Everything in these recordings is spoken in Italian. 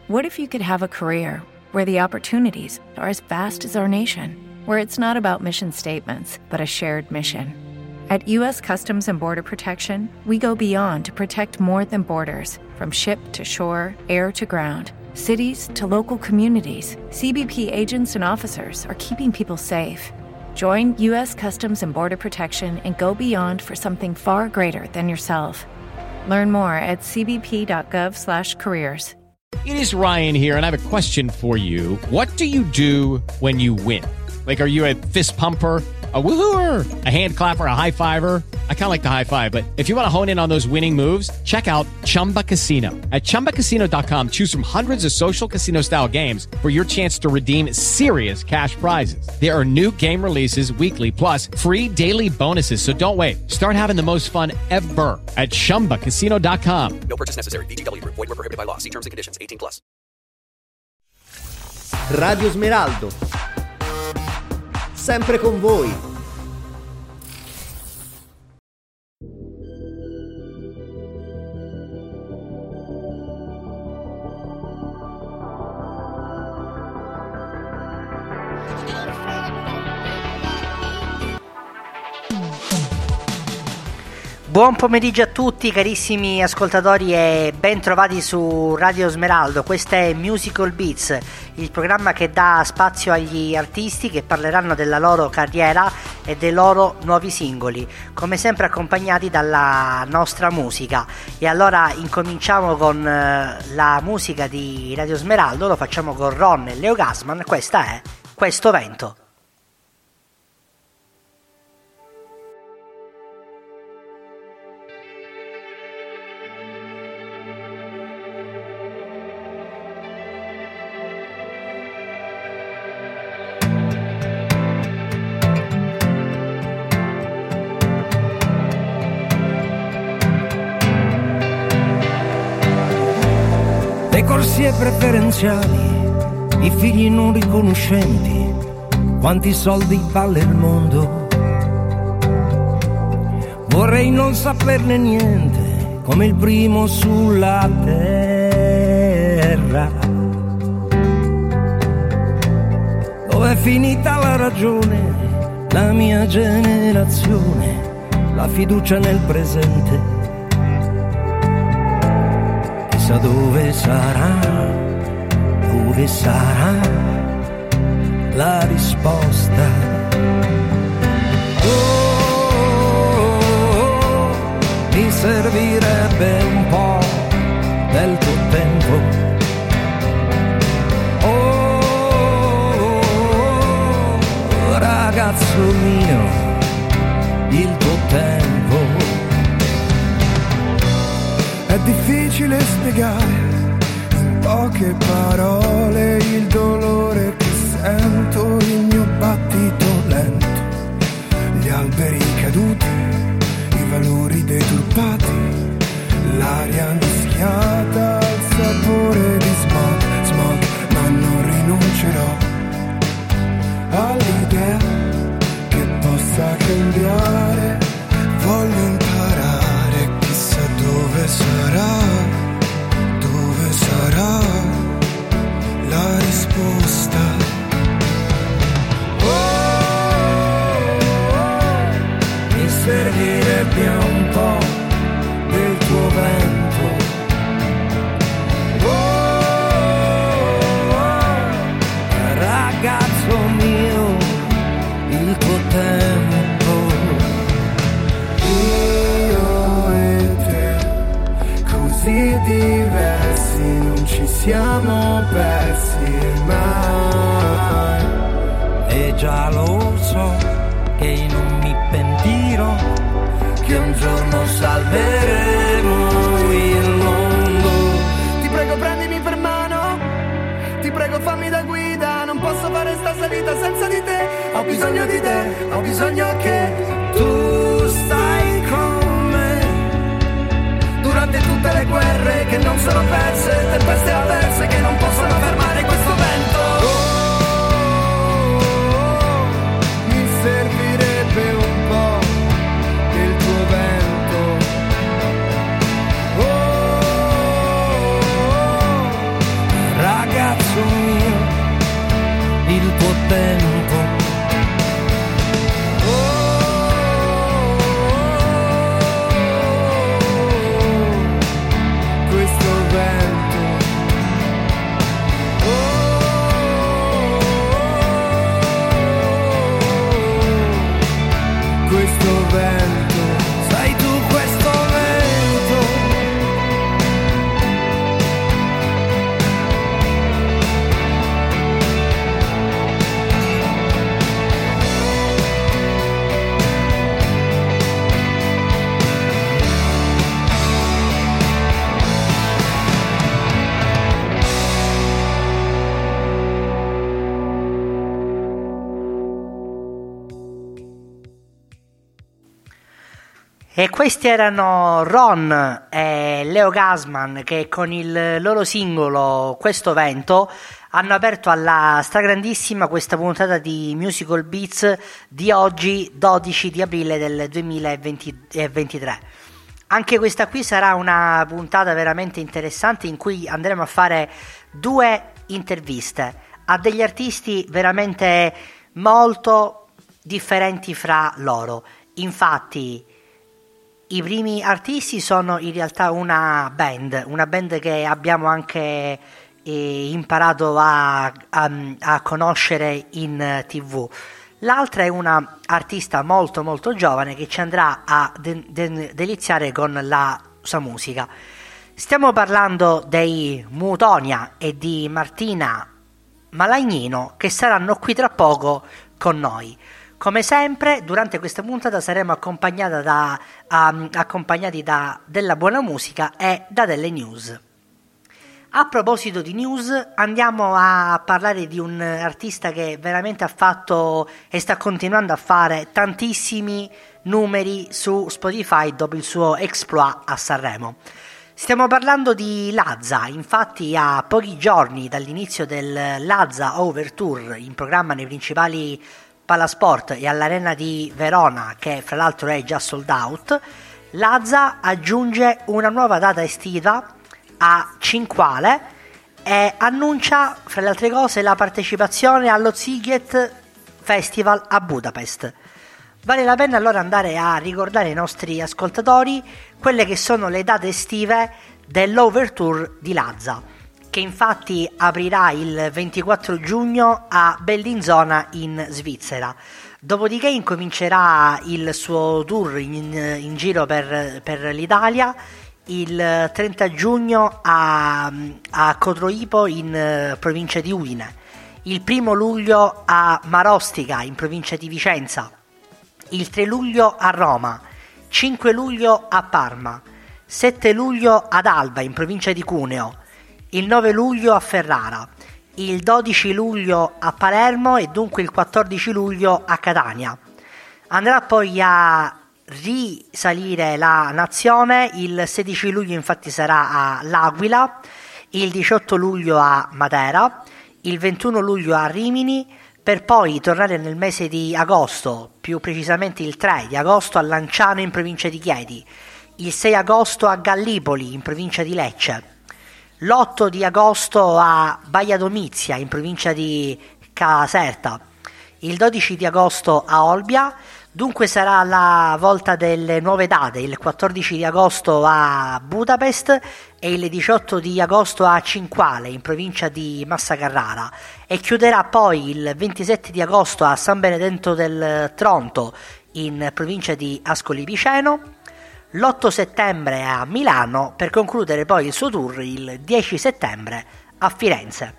What if you could have a career where the opportunities are as vast as our nation, where it's not about mission statements, but a shared mission? At U.S. Customs and Border Protection, we go beyond to protect more than borders. From ship to shore, air to ground, cities to local communities, CBP agents and officers are keeping people safe. Join U.S. Customs and Border Protection and go beyond for something far greater than yourself. Learn more at cbp.gov/careers. It is Ryan here, and I have a question for you. What do you do when you win? Like, are you a fist pumper, a woohooer, a hand clapper, a high fiver? I kind of like the high five, but if you want to hone in on those winning moves, check out Chumba Casino. At ChumbaCasino.com, choose from hundreds of social casino-style games for your chance to redeem serious cash prizes. There are new game releases weekly, plus free daily bonuses, so don't wait. Start having the most fun ever at ChumbaCasino.com. No purchase necessary. VGW Group. Void where prohibited by law. See terms and conditions. 18+. Radio Smeraldo. Sempre con voi. Buon pomeriggio a tutti carissimi ascoltatori e ben trovati su Radio Smeraldo. Questa è Musical Beats, il programma che dà spazio agli artisti che parleranno della loro carriera e dei loro nuovi singoli, come sempre accompagnati dalla nostra musica. E allora incominciamo con la musica di Radio Smeraldo, lo facciamo con Ron e Leo Gassman. Questa è Questo Vento. Le corsie preferenziali, i figli non riconoscenti, quanti soldi vale il mondo. Vorrei non saperne niente, come il primo sulla terra. Dov'è finita la ragione, la mia generazione, la fiducia nel presente? Chissà dove sarà la risposta. Mi servirebbe un po' del tuo tempo. Ragazzo mio, il tuo tempo. È difficile spiegare in poche parole il dolore che sento, il mio battito lento, gli alberi caduti, i valori deturpati, l'aria mischiata al sapore di smog, ma non rinuncerò all'idea che possa cambiare. Voglio imparare, chissà dove sarà la risposta. Mi servirebbe un po' del tuo vento. Ragazzo mio, il tuo tempo. Io e te, così diversi, non ci siamo persi mai. E già lo so che non mi pentirò, che un giorno salveremo il mondo. Ti prego prendimi per mano, ti prego fammi da guida, non posso fare sta salita senza di te. Ho bisogno di te, ho bisogno che Tu stai con me durante tutte le guerre che non sono perse, tempeste avverse che non possono fermare questo vento. Mi servirebbe un po' del tuo vento. E questi erano Ron e Leo Gasman, che con il loro singolo Questo Vento hanno aperto alla stragrandissima questa puntata di Musical Beats di oggi, 12 di aprile del 2023. Anche questa qui sarà una puntata veramente interessante in cui andremo a fare 2 interviste a degli artisti veramente molto differenti fra loro. Infatti i primi artisti sono in realtà una band che abbiamo anche imparato a conoscere in TV. L'altra è una artista molto molto giovane che ci andrà a deliziare con la sua musica. Stiamo parlando dei Mutonia e di Martina Malagnino, che saranno qui tra poco con noi. Come sempre, durante questa puntata saremo accompagnati da della buona musica e da delle news. A proposito di news, andiamo a parlare di un artista che veramente ha fatto e sta continuando a fare tantissimi numeri su Spotify dopo il suo exploit a Sanremo. Stiamo parlando di Lazza. Infatti a pochi giorni dall'inizio del Lazza Over Tour, in programma nei principali Palasport e all'Arena di Verona, che fra l'altro è già sold out, Lazza aggiunge una nuova data estiva a Cinquale e annuncia, fra le altre cose, la partecipazione allo Sziget Festival a Budapest. Vale la pena allora andare a ricordare ai nostri ascoltatori quelle che sono le date estive dell'Overtour di Lazza, che infatti aprirà il 24 giugno a Bellinzona in Svizzera. Dopodiché incomincerà il suo tour in giro per l'Italia il 30 giugno a Cotroipo in provincia di Udine, il 1 luglio a Marostica in provincia di Vicenza, il 3 luglio a Roma, 5 luglio a Parma, 7 luglio ad Alba in provincia di Cuneo, il 9 luglio a Ferrara, il 12 luglio a Palermo e dunque il 14 luglio a Catania. Andrà poi a risalire la nazione, il 16 luglio infatti sarà a L'Aquila, il 18 luglio a Matera, il 21 luglio a Rimini, per poi tornare nel mese di agosto, più precisamente il 3 di agosto a Lanciano in provincia di Chieti, il 6 agosto a Gallipoli in provincia di Lecce, l'8 di agosto a Baia Domizia in provincia di Caserta, il 12 di agosto a Olbia. Dunque sarà la volta delle nuove date, il 14 di agosto a Budapest e il 18 di agosto a Cinquale in provincia di Massa Carrara, e chiuderà poi il 27 di agosto a San Benedetto del Tronto in provincia di Ascoli Piceno, l'8 settembre a Milano, per concludere poi il suo tour il 10 settembre a Firenze.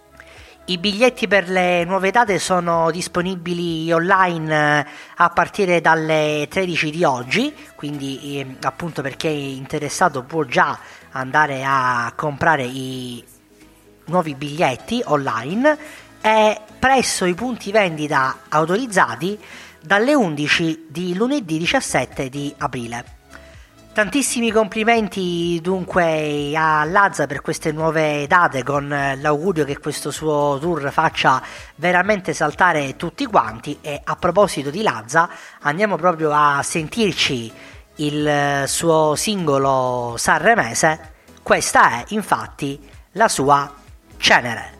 I biglietti per le nuove date sono disponibili online a partire dalle 13 di oggi, quindi appunto per chi è interessato può già andare a comprare i nuovi biglietti online e presso i punti vendita autorizzati dalle 11 di lunedì 17 di aprile. Tantissimi complimenti dunque a Lazza per queste nuove date, con l'augurio che questo suo tour faccia veramente saltare tutti quanti. E a proposito di Lazza, andiamo proprio a sentirci il suo singolo sanremese. Questa è infatti la sua Cenere.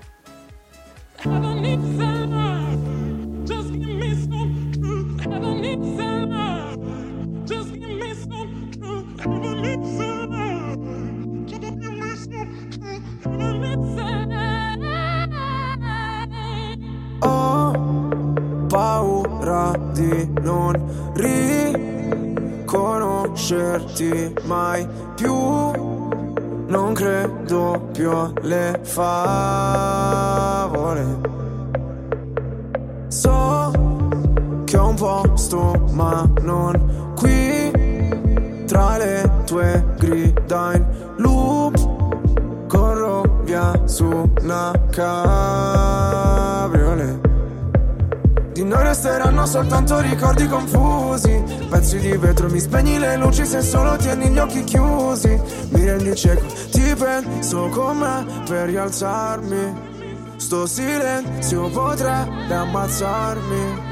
Ho paura di non riconoscerti mai più, non credo più alle favole. So che ho un posto ma non qui, tra le tue grida in loop, corro via su una cabriolet. Di noi resteranno soltanto ricordi confusi. Pezzi di vetro, mi spegni le luci se solo tieni gli occhi chiusi. Mi rendi cieco, ti penso con me per rialzarmi. Sto silenzio potrebbe ammazzarmi.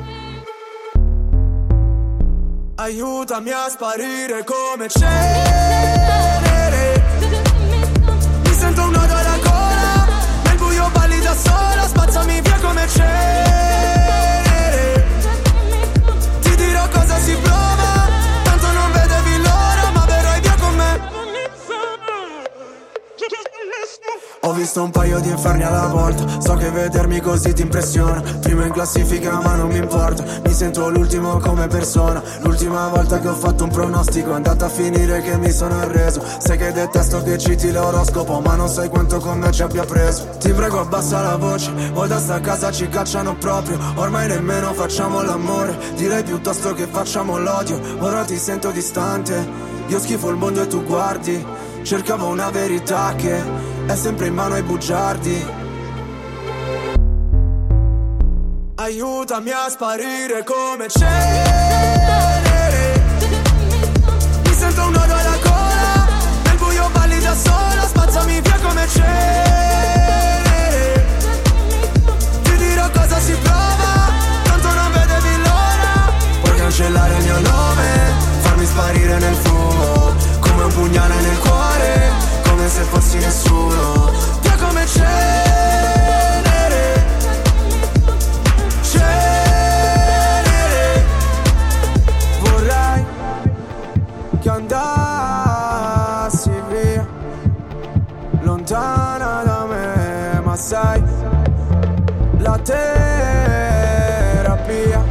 Aiutami a sparire come cenere. Mi sento un nodo alla gola, nel buio balli da sola, spazzami via come cenere. Ti dirò cosa si prova, tanto non vedevi l'ora, ma verrai via con me. Ho visto un paio di inferni alla volta, so che vedermi così ti impressiona. Primo in classifica ma non mi importa, mi sento l'ultimo come persona. L'ultima volta che ho fatto un pronostico è andata a finire che mi sono arreso. Sai che detesto che citi l'oroscopo, ma non sai quanto con me ci abbia preso. Ti prego abbassa la voce, o da sta casa ci cacciano proprio. Ormai nemmeno facciamo l'amore, direi piuttosto che facciamo l'odio. Ora ti sento distante, io schifo il mondo e tu guardi. Cercavo una verità che è sempre in mano ai bugiardi. Aiutami a sparire come cenere. Mi sento un nodo alla gola, nel buio balli da sola, spazzami via come cenere. Ti dirò cosa si prova, tanto non vedevi l'ora. Puoi cancellare il mio nome, farmi sparire nel fumo, come un pugnale nel cuore, come se fossi nessuno. Via come cenere, cenere. Vorrei che andassi via, lontana da me, ma sai, la terapia.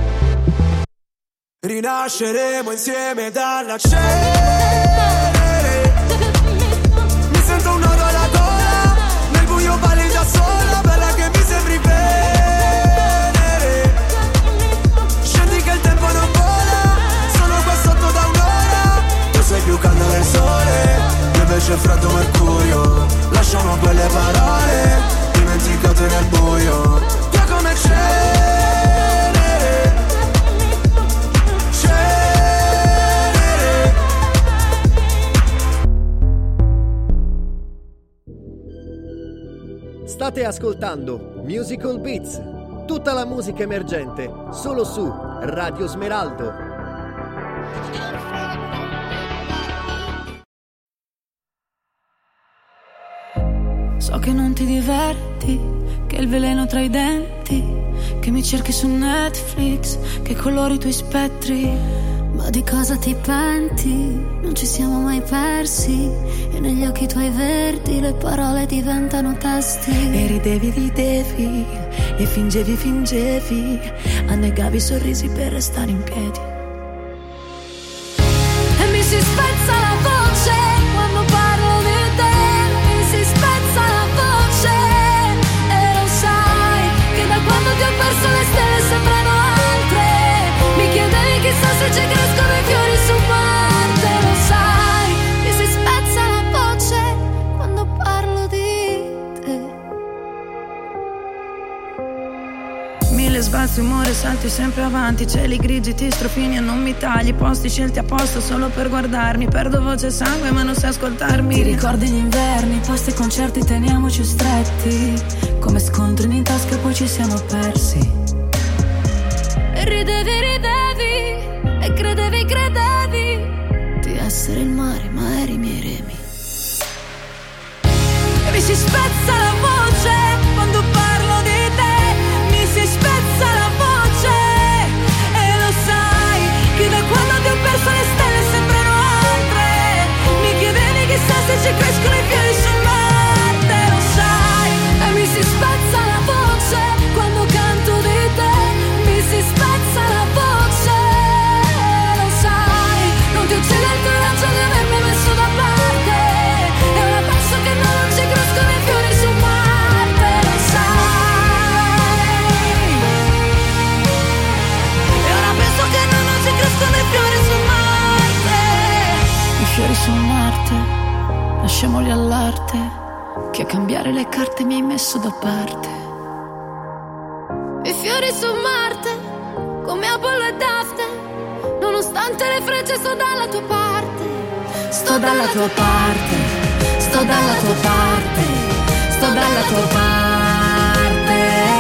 Rinasceremo insieme dalla cenere. Mi sento un nodo alla gola, nel buio balli da sola, bella che mi sembri venere. Scendi che il tempo non vola, sono qua sotto da un'ora. Tu sei più calda del sole, io invece freddo mercurio. Lasciamo quelle parole dimenticate nel buio. Via come cenere, cenere. State ascoltando Musical Beats, tutta la musica emergente solo su Radio Smeraldo. So che non ti diverti, che il veleno tra i denti, che mi cerchi su Netflix, che colori i tuoi spettri. Ma di cosa ti penti? Non ci siamo mai persi, e negli occhi tuoi verdi le parole diventano testi. E ridevi, e fingevi, annegavi i sorrisi per restare in piedi. E mi si spezza la voce quando parlo di te, mi si spezza la voce, e lo sai che da quando ti ho perso le stelle sembrano altre. Mi chiedevi chissà se ci crescono i fiori su Marte, lo sai, mi si spezza la voce quando parlo di te. Mille sbalzi, umore, salti sempre avanti, cieli grigi, ti strofini e non mi tagli, posti scelti apposta solo per guardarmi, perdo voce e sangue ma non sai ascoltarmi. Ti ricordi gli inverni, posti e concerti, teniamoci stretti, come scontrini in tasca e poi ci siamo persi. E ridevi e credevi di essere il mare, ma eri i miei remi. E mi si spezza la voce quando parlo di te, mi si spezza la voce, e lo sai che da quando ti ho perso le stelle sembrano altre. Mi chiedevi chissà se ci crescono i fiori su Marte, lo sai. E mi si spezza la voce quando canto di te, mi si spezza la voce, lo sai. Non ti uccide il coraggio di avermi messo da parte, e ora penso che non ci crescono i fiori su Marte, lo sai. E ora penso che non ci crescono i fiori su Marte. I fiori su Marte, lasciamoli all'arte, che a cambiare le carte mi hai messo da parte. I fiori su Marte, come Apollo e Dafne. Nonostante le frecce sto dalla tua parte. Sto dalla tua parte, sto dalla tua parte, sto dalla tua parte.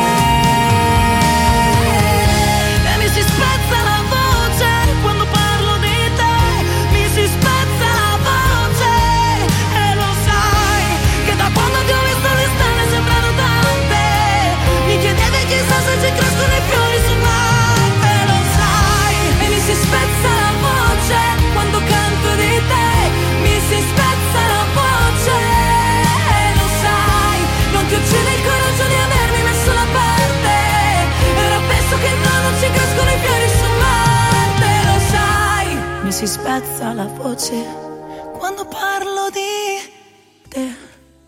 E mi si spezza la voce quando parlo di te, mi si spezza la voce. E lo sai che da quando ti ho visto le stelle sembrano tante. Mi chiedevi chissà se ci crescono i fiori su Marte. Lo sai, e mi si spezza la voce quando canto di te, mi si spezza la voce. E lo sai, non ti uccide il coraggio di avermi messo da parte. E ora penso che no, non ci crescono i fiori su Marte. Lo sai, mi si spezza la voce quando parlo di te.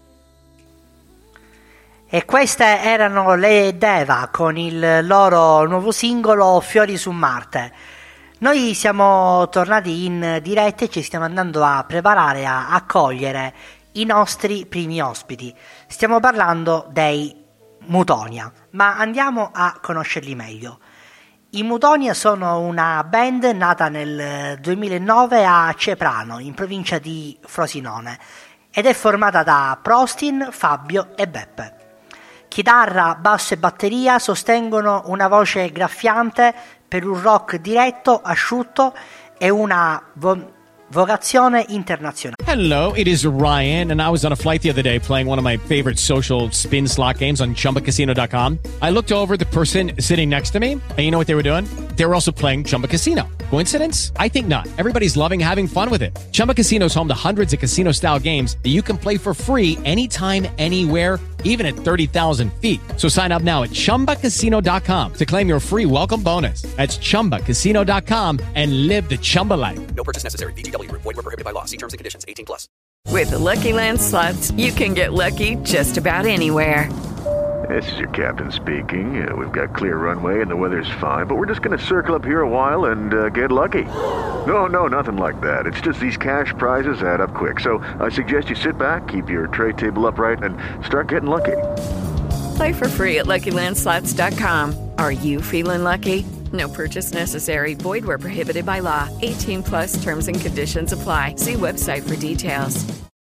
E queste erano le Deva con il loro nuovo singolo Fiori su Marte. Noi siamo tornati in diretta e ci stiamo andando a preparare a accogliere i nostri primi ospiti. Stiamo parlando dei Mutonia, ma andiamo a conoscerli meglio. I Mutonia sono una band nata nel 2009 a Ceprano, in provincia di Frosinone, ed è formata da Prostin, Fabio e Beppe. Chitarra, basso e batteria sostengono una voce graffiante per un rock diretto, asciutto e una vocazione internazionale. Hello, it is Ryan, and I was on a flight the other day playing one of my favorite social spin slot games on ChumbaCasino.com. I looked over at the person sitting next to me, and you know what they were doing? They were also playing Chumba Casino. Coincidence? I think not. Everybody's loving having fun with it. Chumba Casino is home to hundreds of casino-style games that you can play for free anytime, anywhere, even at 30,000 feet. So sign up now at ChumbaCasino.com to claim your free welcome bonus. That's ChumbaCasino.com and live the Chumba life. No purchase necessary. VGW. Void where prohibited by law. See terms and conditions. 18+. With the Lucky Land Slots, you can get lucky just about anywhere. This is your captain speaking. We've got clear runway and the weather's fine, but we're just going to circle up here a while and get lucky. No, nothing like that. It's just these cash prizes add up quick. So I suggest you sit back, keep your tray table upright, and start getting lucky. Play for free at LuckyLandSlots.com. Are you feeling lucky? No purchase necessary. Void where prohibited by law. 18+ terms and conditions apply. See website for details.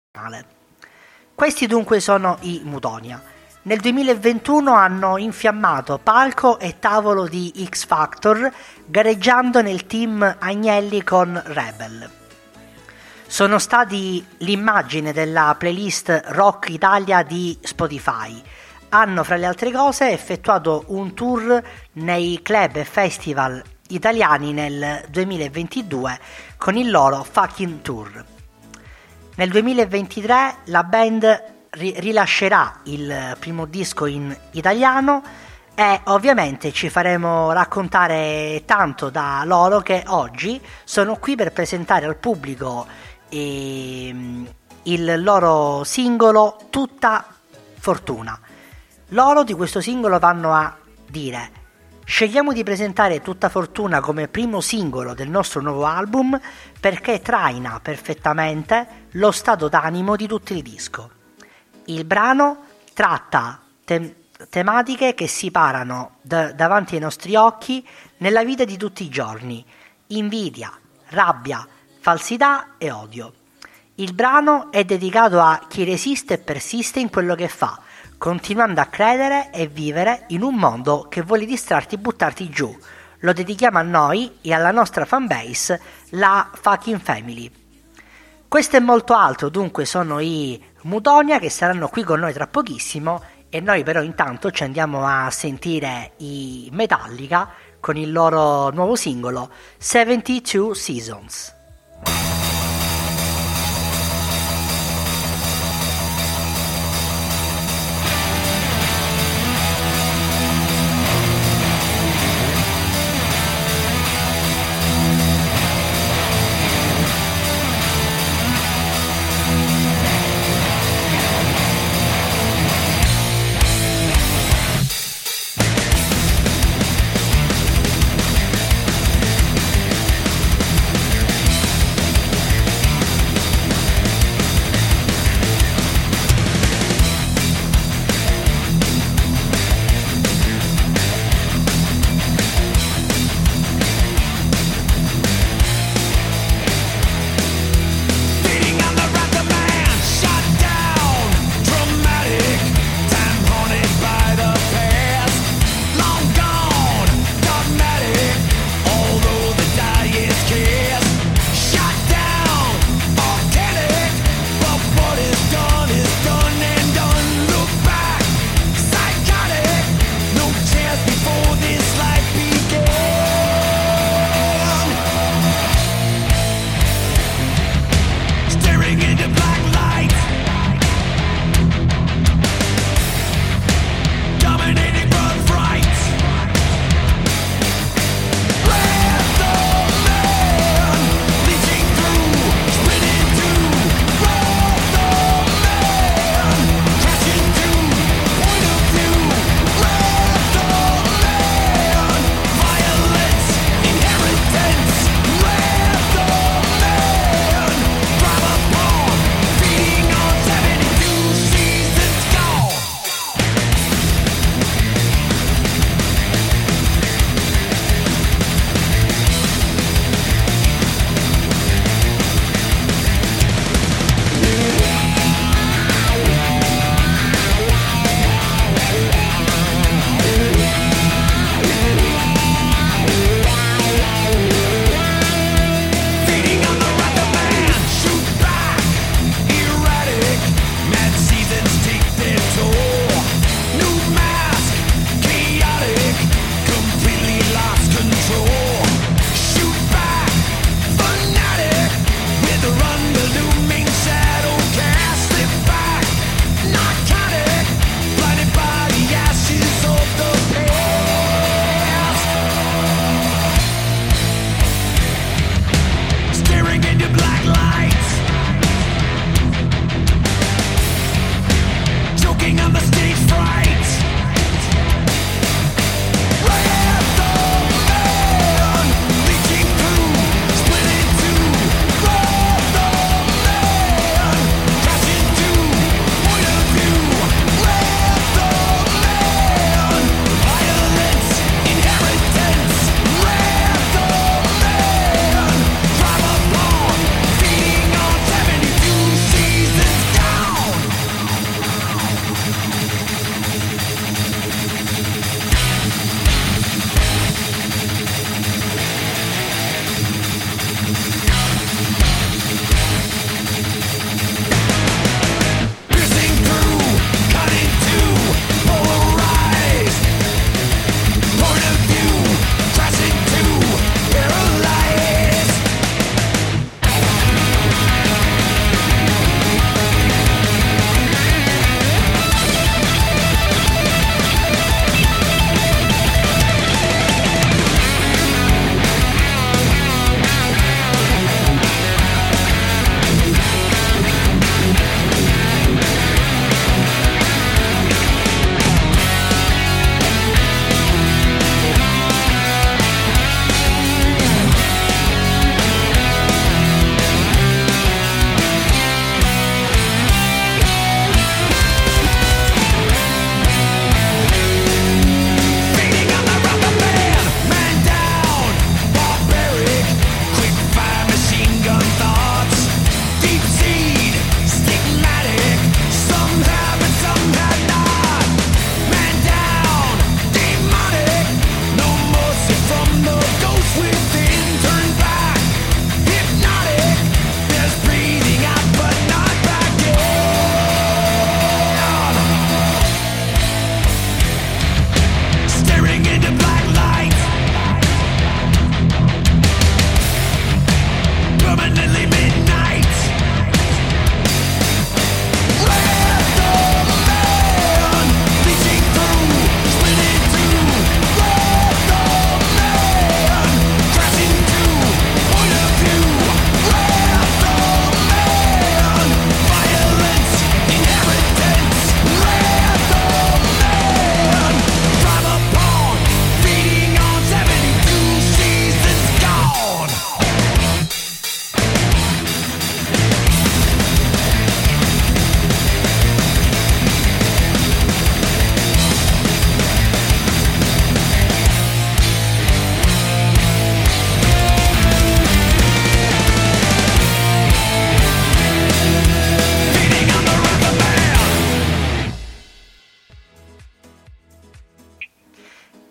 Questi dunque sono i Mutonia. Nel 2021 hanno infiammato palco e tavolo di X Factor, gareggiando nel team Agnelli con Rebel. Sono stati l'immagine della playlist Rock Italia di Spotify. Hanno, fra le altre cose, effettuato un tour nei club e festival italiani nel 2022 con il loro Fucking Tour. Nel 2023 la band rilascerà il primo disco in italiano e ovviamente ci faremo raccontare tanto da loro, che oggi sono qui per presentare al pubblico il loro singolo Tutta Fortuna. Loro di questo singolo vanno a dire: scegliamo di presentare Tutta Fortuna come primo singolo del nostro nuovo album perché traina perfettamente lo stato d'animo di tutto il disco. Il brano tratta tematiche che si parano davanti ai nostri occhi nella vita di tutti i giorni: invidia, rabbia, falsità e odio. Il brano è dedicato a chi resiste e persiste in quello che fa, continuando a credere e vivere in un mondo che vuole distrarti e buttarti giù. Lo dedichiamo a noi e alla nostra fanbase, la Fucking Family. Questo e molto altro dunque sono i Mutonia, che saranno qui con noi tra pochissimo, e noi però intanto ci andiamo a sentire i Metallica con il loro nuovo singolo 72 Seasons.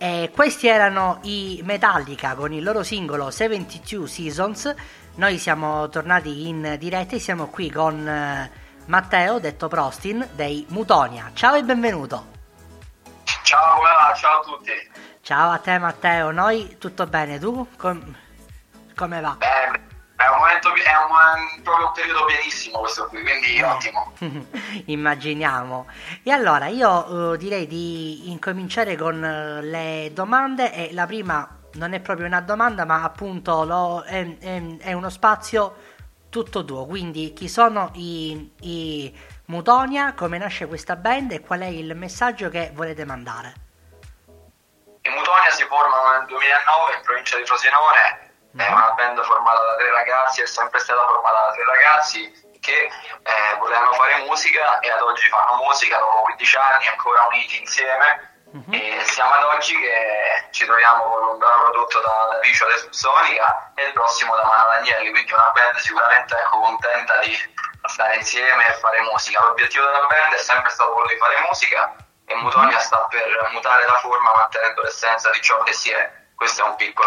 Questi erano i Metallica con il loro singolo 72 Seasons. Noi siamo tornati in diretta e siamo qui con Matteo, detto Prostin, dei Mutonia. Ciao e benvenuto. Ciao, ciao a tutti. Ciao a te Matteo, noi tutto bene, tu come va? È proprio un periodo pienissimo questo qui, quindi ottimo. Immaginiamo. E allora io direi di incominciare con le domande, e la prima non è proprio una domanda, ma appunto è uno spazio tutto tuo. Quindi chi sono i Mutonia, come nasce questa band e qual è il messaggio che volete mandare? I Mutonia si formano nel 2009 in provincia di Frosinone. È una band formata da 3 ragazzi, è sempre stata formata da 3 ragazzi che volevano fare musica e ad oggi fanno musica dopo 15 anni, ancora uniti insieme. E siamo ad oggi che ci troviamo con un brano prodotto da Visual Subsonica e il prossimo da Mano Agnelli, quindi una band sicuramente contenta di stare insieme e fare musica. L'obiettivo della band è sempre stato quello di fare musica e Mutonia sta per mutare la forma mantenendo l'essenza di ciò che si è. Questo è un piccolo,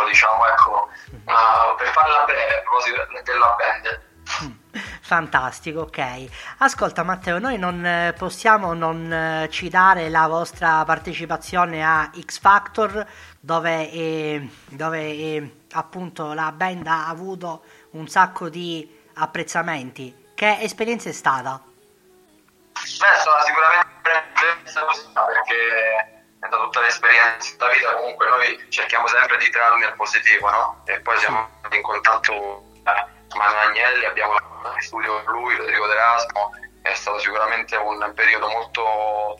per farla breve, a proposito della band. Fantastico, ok. Ascolta Matteo, noi non possiamo non citare la vostra partecipazione a X Factor, dove appunto la band ha avuto un sacco di apprezzamenti. Che esperienza è stata? È stata sicuramente un'esperienza positiva, perché da tutta l'esperienza della vita comunque noi cerchiamo sempre di trarne il positivo, no? E poi siamo in contatto con Mano Agnelli, abbiamo in studio con lui, Rodrigo D'Erasmo. È stato sicuramente un periodo molto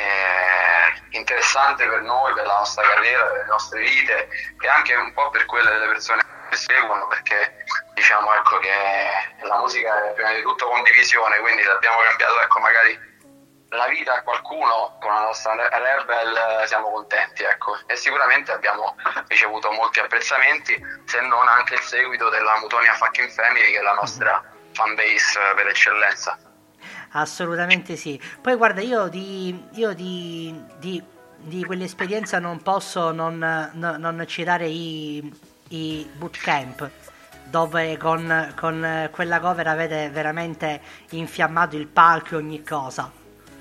interessante per noi, per la nostra carriera, per le nostre vite e anche un po' per quelle delle persone che seguono, perché diciamo che la musica è prima di tutto condivisione, quindi se abbiamo cambiato magari la vita a qualcuno con la nostra Rebel siamo contenti, e sicuramente abbiamo ricevuto molti apprezzamenti, se non anche il seguito della Mutonia Fucking Family, che è la nostra fanbase per eccellenza. Assolutamente sì. Poi guarda, io di quell'esperienza non posso non citare i bootcamp, dove con quella cover avete veramente infiammato il palco e ogni cosa.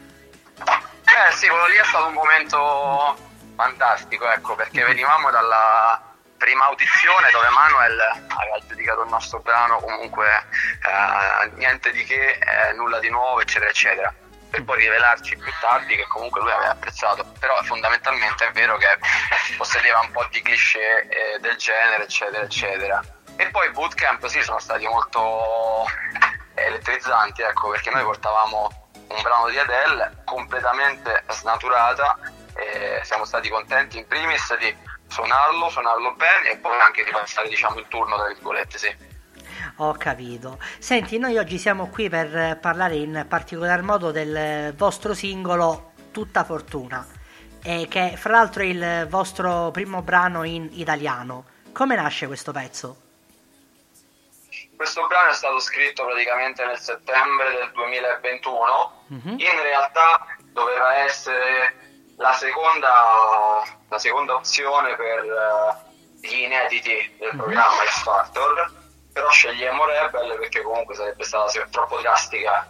Sì, quello lì è stato un momento fantastico, perché venivamo dalla prima audizione dove Manuel aveva giudicato il nostro brano comunque niente di che, nulla di nuovo, eccetera eccetera, per poi rivelarci più tardi che comunque lui aveva apprezzato. Però fondamentalmente è vero che possedeva un po' di cliché del genere, eccetera eccetera. E poi i bootcamp sì, sono stati molto elettrizzanti, perché noi portavamo un brano di Adele completamente snaturata e siamo stati contenti in primis di suonarlo bene e poi anche di passare il turno, tra virgolette, sì. Ho capito. Senti, noi oggi siamo qui per parlare in particolar modo del vostro singolo Tutta Fortuna, che fra l'altro è il vostro primo brano in italiano. Come nasce questo pezzo? Questo brano è stato scritto praticamente nel settembre del 2021. In realtà doveva essere la seconda opzione per gli inediti del programma X Factor, però scegliamo Rebel perché comunque sarebbe stata troppo drastica,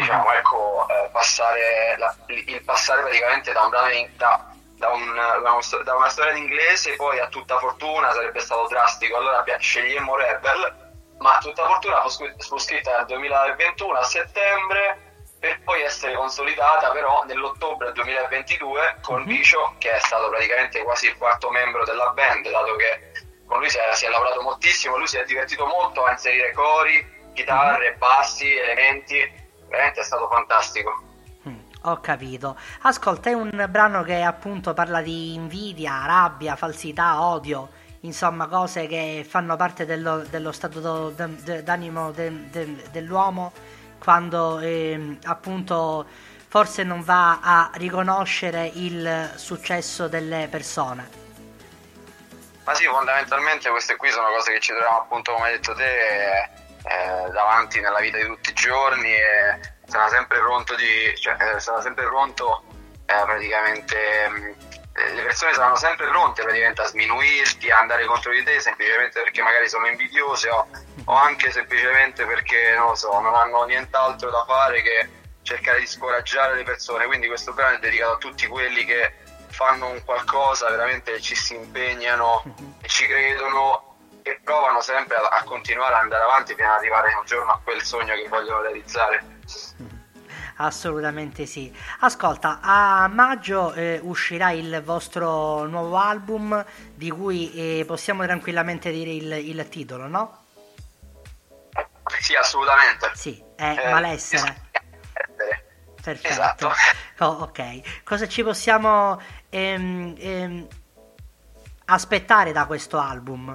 passare praticamente da un brano da una storia in inglese poi a Tutta Fortuna sarebbe stato drastico. Allora scegliemmo Rebel, ma Tutta Fortuna fu scritta nel 2021 a settembre, per poi essere consolidata però nell'ottobre 2022 con Vicio, che è stato praticamente quasi il quarto membro della band, dato che con lui si è lavorato moltissimo, lui si è divertito molto a inserire cori, chitarre, bassi, elementi, veramente è stato fantastico. Ho capito. Ascolta, è un brano che appunto parla di invidia, rabbia, falsità, odio, insomma cose che fanno parte dello stato d'animo dell'uomo quando appunto forse non va a riconoscere il successo delle persone. Ma sì, fondamentalmente queste qui sono cose che ci troviamo, appunto, come hai detto te, davanti nella vita di tutti i giorni, e sarà sempre pronto praticamente le persone saranno sempre pronte praticamente a sminuirti, a andare contro di te semplicemente perché magari sono invidiose o anche semplicemente perché non lo so, non hanno nient'altro da fare che cercare di scoraggiare le persone. Quindi questo brano è dedicato a tutti quelli che fanno un qualcosa, veramente ci si impegnano e ci credono e provano sempre a continuare ad andare avanti fino ad arrivare un giorno a quel sogno che vogliono realizzare. Assolutamente sì. Ascolta, a maggio uscirà il vostro nuovo album di cui possiamo tranquillamente dire il titolo, no? Sì, assolutamente. Sì, è Malessere. Perfetto. Esatto. Ok, cosa ci possiamo aspettare da questo album?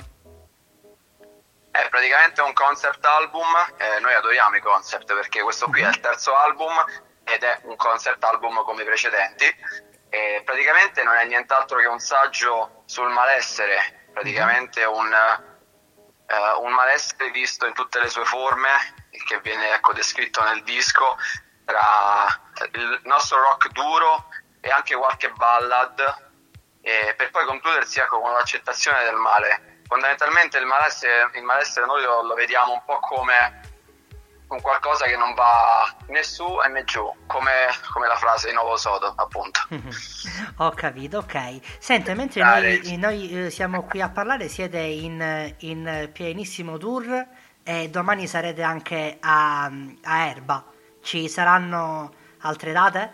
È praticamente un concept album, noi adoriamo i concept perché questo qui è il terzo album ed è un concept album come i precedenti, e praticamente non è nient'altro che un saggio sul malessere, praticamente un malessere visto in tutte le sue forme, che viene descritto nel disco, tra il nostro rock duro e anche qualche ballad, per poi concludersi con l'accettazione del male. Fondamentalmente il malessere noi lo vediamo un po' come un qualcosa che non va né su e né giù, come la frase di Novo Sodo, appunto. Ho capito, ok. Senta, mentre noi siamo qui a parlare, siete in pienissimo tour e domani sarete anche a Erba. Ci saranno altre date?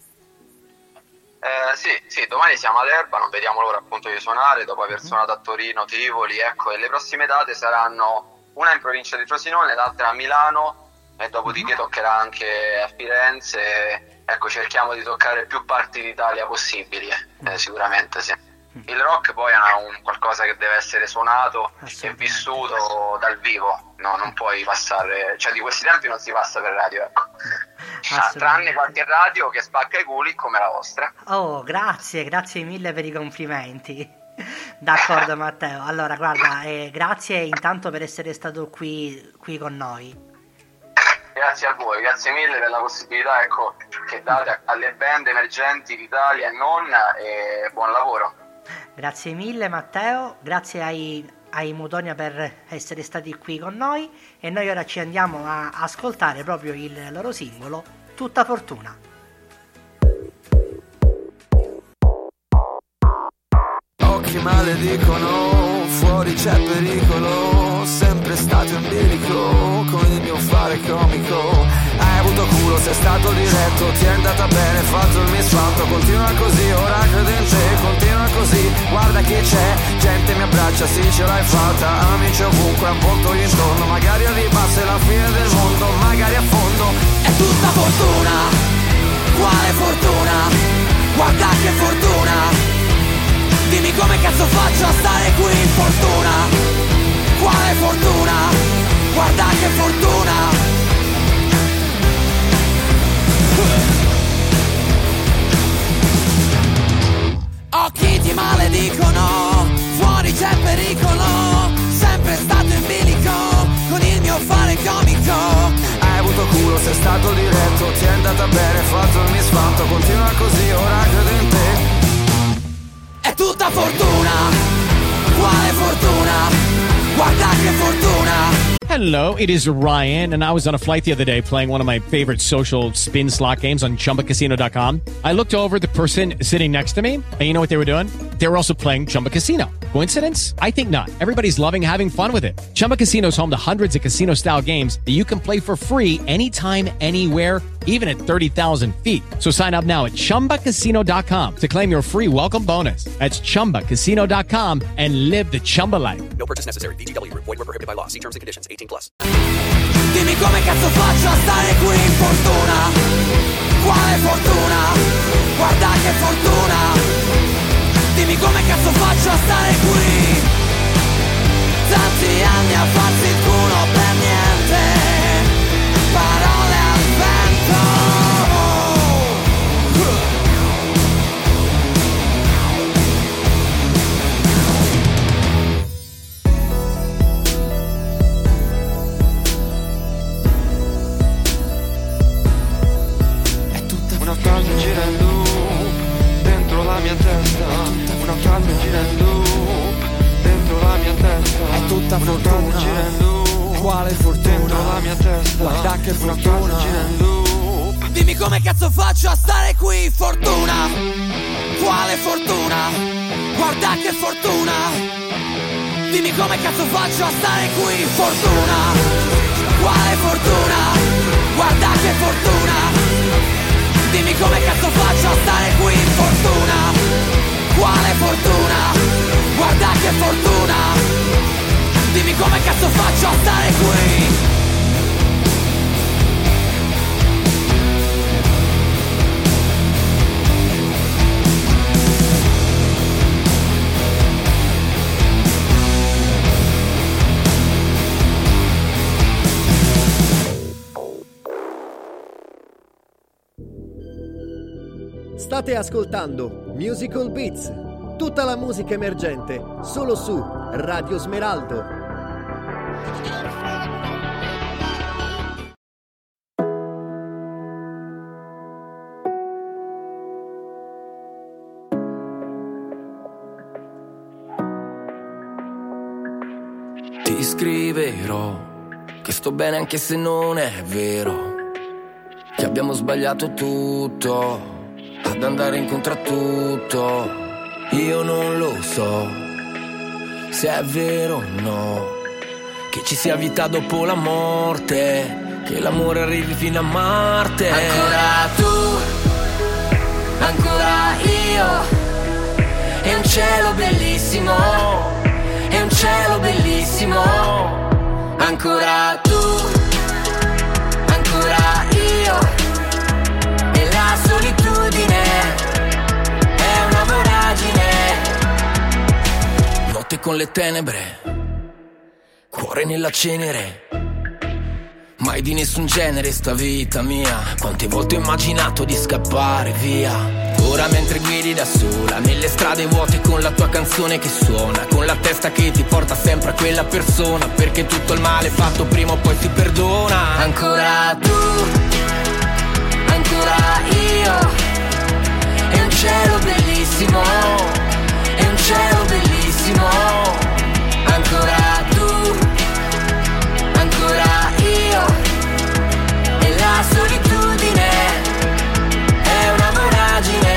Sì, domani siamo all'Erba, non vediamo l'ora appunto di suonare dopo aver suonato a Torino, Tivoli, e le prossime date saranno una in provincia di Frosinone, l'altra a Milano e dopodiché toccherà anche a Firenze. Cerchiamo di toccare più parti d'Italia possibili, sicuramente sì. Il rock poi è un qualcosa che deve essere suonato e vissuto dal vivo, no, non puoi passare, di questi tempi non si passa per radio, ecco. Tranne qualche radio che spacca i culi come la vostra. Oh, grazie mille per i complimenti. D'accordo Matteo, allora guarda, grazie intanto per essere stato qui con noi. Grazie a voi, grazie mille per la possibilità che date alle band emergenti d'Italia e non, e buon lavoro. Grazie mille Matteo, grazie ai Mutonia per essere stati qui con noi, e noi ora ci andiamo a ascoltare proprio il loro singolo Tutta Fortuna. Occhi maledicono, fuori c'è pericolo, sempre stato in bilico con il mio fare comico. Hai avuto culo, sei stato diretto, ti è andata bene, fatto il misfatto. Continua così, ora credo in te, continua così, guarda chi c'è, gente mi abbraccia, sì ce l'hai fatta, amici ovunque, a volto intorno, magari arrivasse la fine del mondo, magari a fondo. È tutta fortuna, quale fortuna, guarda che fortuna, dimmi come cazzo faccio a stare qui in fortuna, quale fortuna, guarda che fortuna. Occhi ti maledicono, fuori c'è pericolo, sempre stato in bilico con il mio fare comico. Hai avuto culo, sei stato diretto, ti è andata bene, fatto il misfatto, continua così, ora credo in te. È tutta fortuna, quale fortuna, guarda che fortuna. Hello, it is Ryan, and I was on a flight the other day playing one of my favorite social spin slot games on ChumbaCasino.com. I looked over at the person sitting next to me, and you know what they were doing? They were also playing Chumba Casino. Coincidence? I think not. Everybody's loving having fun with it. Chumba Casino is home to hundreds of casino-style games that you can play for free anytime, anywhere, even at 30,000 feet. So sign up now at ChumbaCasino.com to claim your free welcome bonus. That's ChumbaCasino.com and live the Chumba life. No purchase necessary. VGW. Void where prohibited by law. See terms and conditions. 18+. Dimmi come cazzo faccio a stare qui in fortuna, quale fortuna, guarda che fortuna. Dimmi come cazzo faccio a stare qui, tanti anni a farsi il culo per niente, parole al vento. Una frase gira in loop dentro la mia testa, casa gira in loop dentro la mia testa. È tutta una fortuna. casa gira in loop Quale fortuna? dentro la mia testa. Guarda che una fortuna. casa gira in loop. Dimmi come cazzo faccio a stare qui, fortuna. Quale fortuna? Guarda che fortuna. Dimmi come cazzo faccio a stare qui, fortuna. Quale fortuna? Guarda che fortuna. Dimmi come cazzo faccio a stare qui, fortuna. Quale fortuna? Guarda che fortuna. Dimmi come cazzo faccio a stare qui. State ascoltando Musical Beats, tutta la musica emergente, solo su Radio Smeraldo. Ti scriverò che sto bene anche se non è vero, che abbiamo sbagliato tutto ad andare incontro a tutto. Io non lo so se è vero o no, che ci sia vita dopo la morte, che l'amore arrivi fino a Marte. Ancora tu, ancora io, è un cielo bellissimo, è un cielo bellissimo. Ancora tu, ancora io, e la solitudine è una voragine. Notte con le tenebre, cuore nella cenere, mai di nessun genere sta vita mia. Quante volte ho immaginato di scappare via. Ora mentre guidi da sola nelle strade vuote con la tua canzone che suona, con la testa che ti porta sempre a quella persona, perché tutto il male fatto prima o poi si perdona. Ancora tu, ancora io, è un cielo bellissimo, è un cielo bellissimo. Ancora tu, ancora io, e la solitudine è una voragine.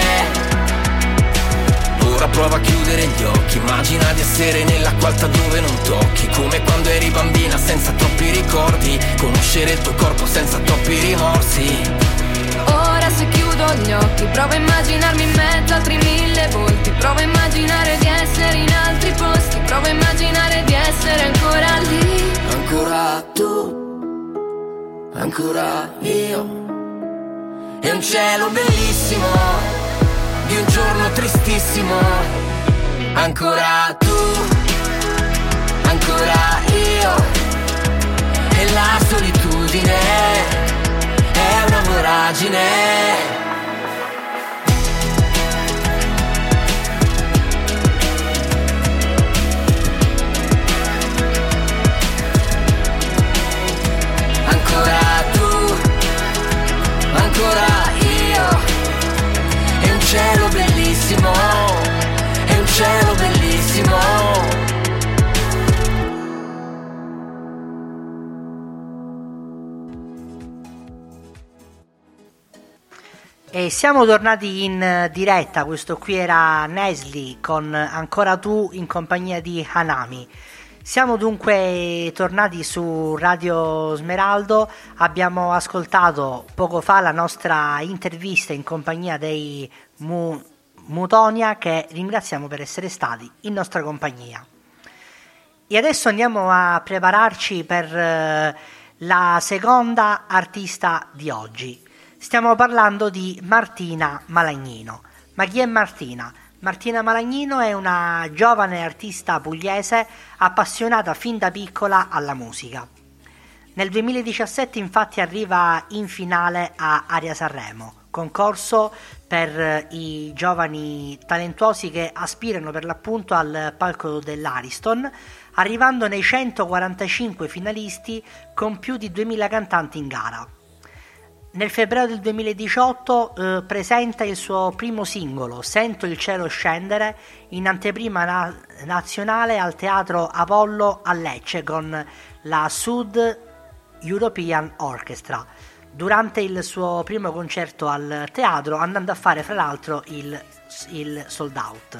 Ora prova a chiudere gli occhi, immagina di essere nell'acqua alta dove non tocchi, come quando eri bambina senza troppi ricordi, conoscere il tuo corpo senza troppi rimorsi. Ora se chiudo gli occhi provo a immaginarmi in mezzo a altri 1000 volti, provo a immaginare di essere in altri posti, provo a immaginare di essere ancora lì. Ancora tu, ancora io, è un cielo bellissimo di un giorno tristissimo. Ancora tu, ancora io, e la solitudine è una voragine. Ancora tu, ancora io, è un cielo bellissimo, è un cielo bellissimo. E siamo tornati in diretta, questo qui era Nesli con Ancora tu in compagnia di Hanami. Siamo dunque tornati su Radio Smeraldo, abbiamo ascoltato poco fa la nostra intervista in compagnia dei Mutonia, che ringraziamo per essere stati in nostra compagnia. E adesso andiamo a prepararci per la seconda artista di oggi. Stiamo parlando di Martina Malagnino. Ma chi è Martina? Martina Malagnino è una giovane artista pugliese appassionata fin da piccola alla musica. Nel 2017 infatti arriva in finale a Aria Sanremo, concorso per i giovani talentuosi che aspirano per l'appunto al palco dell'Ariston, arrivando nei 145 finalisti con più di 2000 cantanti in gara. Nel febbraio del 2018 presenta il suo primo singolo, Sento il cielo scendere, in anteprima nazionale al Teatro Apollo a Lecce con la Sud European Orchestra, durante il suo primo concerto al teatro, andando a fare fra l'altro il sold out.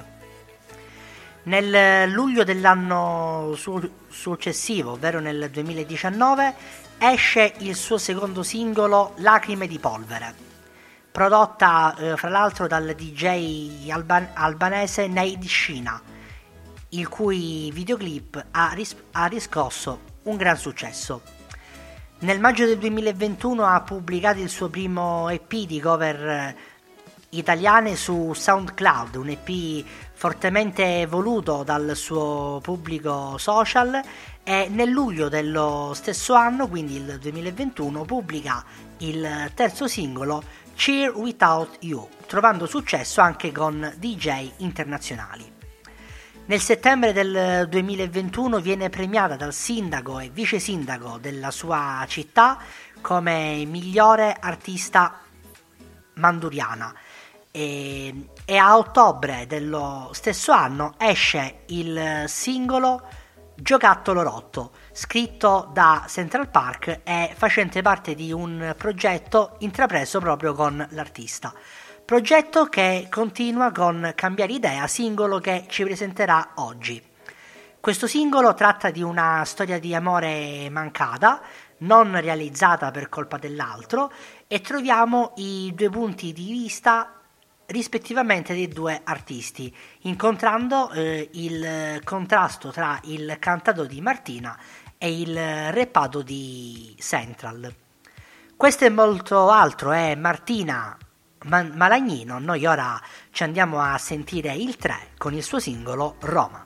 Nel luglio dell'anno successivo, ovvero nel 2019, esce il suo secondo singolo, Lacrime di polvere, prodotta fra l'altro dal DJ albanese Neid Shina, il cui videoclip ha riscosso un gran successo. Nel maggio del 2021 ha pubblicato il suo primo EP di cover italiane su SoundCloud, un EP fortemente voluto dal suo pubblico social, e nel luglio dello stesso anno, quindi il 2021, pubblica il terzo singolo, Cheer Without You, trovando successo anche con DJ internazionali. Nel settembre del 2021 viene premiata dal sindaco e vice sindaco della sua città come migliore artista manduriana, e a ottobre dello stesso anno esce il singolo Giocattolo rotto, scritto da Central Park e facente parte di un progetto intrapreso proprio con l'artista. Progetto che continua con Cambiare idea, singolo che ci presenterà oggi. Questo singolo tratta di una storia di amore mancata, non realizzata per colpa dell'altro, e troviamo i due punti di vista rispettivamente dei due artisti, incontrando il contrasto tra il cantato di Martina e il rappato di Central. Questo è molto altro, è Martina Malagnino. Noi ora ci andiamo a sentire il 3 con il suo singolo Roma.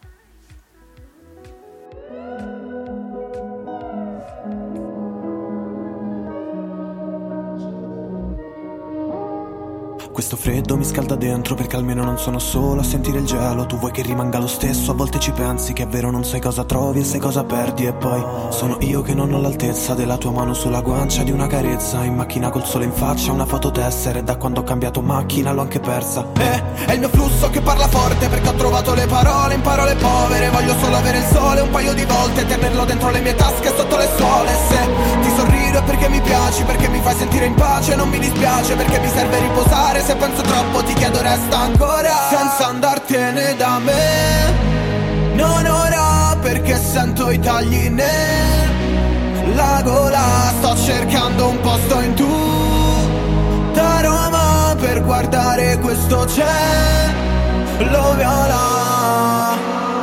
Questo freddo mi scalda dentro perché almeno non sono solo a sentire il gelo. Tu vuoi che rimanga lo stesso, a volte ci pensi che è vero, non sai cosa trovi e sai cosa perdi. E poi sono io che non ho l'altezza della tua mano sulla guancia, di una carezza in macchina col sole in faccia, una fototessera, e da quando ho cambiato macchina l'ho anche persa. È il mio flusso che parla forte perché ho trovato le parole in parole povere. Voglio solo avere il sole un paio di volte, tenerlo dentro le mie tasche sotto le suole. Se ti sorrido è perché mi piaci, perché mi fai sentire in pace, non mi dispiace perché mi serve riposare. Se penso troppo ti chiedo resta ancora, senza andartene da me. Non ora perché sento i tagli nella gola. Sto cercando un posto in tutta Roma per guardare questo cielo viola.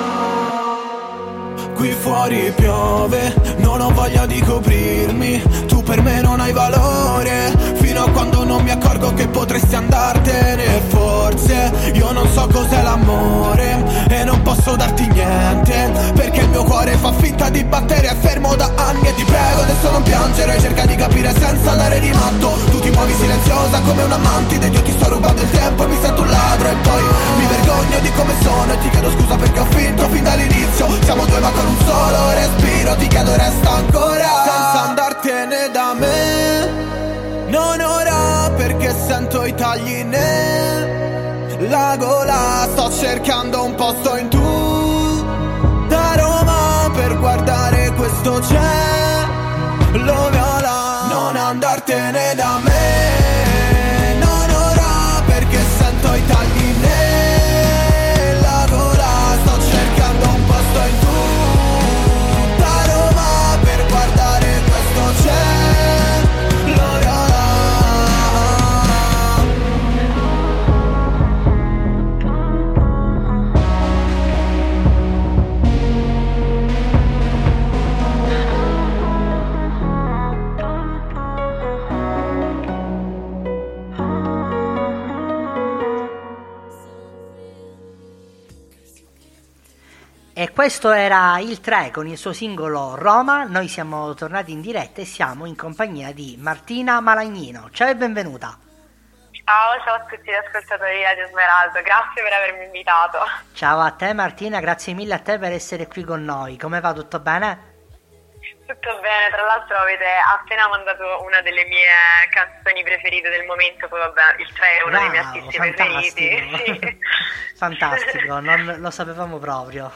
Qui fuori piove, non ho voglia di coprirmi. Tu per me non hai valore, fino a quando non mi accorgo che potresti andartene. Forse io non so cos'è l'amore e non posso darti niente, perché il mio cuore fa finta di battere, è fermo da anni. E ti prego adesso non piangere, cerca di capire senza dare di matto. Tu ti muovi silenziosa come una mantide, io ti sto rubando il tempo e mi sento un ladro. E poi mi vergogno di come sono e ti chiedo scusa perché ho finto fin dall'inizio. Siamo due ma con un solo respiro, ti chiedo resta ancora, senza andartene da me. Non ora perché sento i tagli nella gola. Sto cercando un posto in tutta Roma per guardare questo cielo viola. Non andartene da me, non ora perché sento i tagli nella gola. Sto cercando un posto in tutta Roma per guardare questo cielo viola. E questo era il 3 con il suo singolo Roma. Noi siamo tornati in diretta e siamo in compagnia di Martina Malagnino. Ciao e benvenuta. Ciao a tutti gli ascoltatori di Radio Smeraldo, grazie per avermi invitato. Ciao a te Martina, grazie mille a te per essere qui con noi. Come va, tutto bene? Tutto bene, tra l'altro avete appena mandato una delle mie canzoni preferite del momento, poi vabbè, il 3 è uno dei miei artisti preferiti. Sì. Fantastico, non lo sapevamo proprio.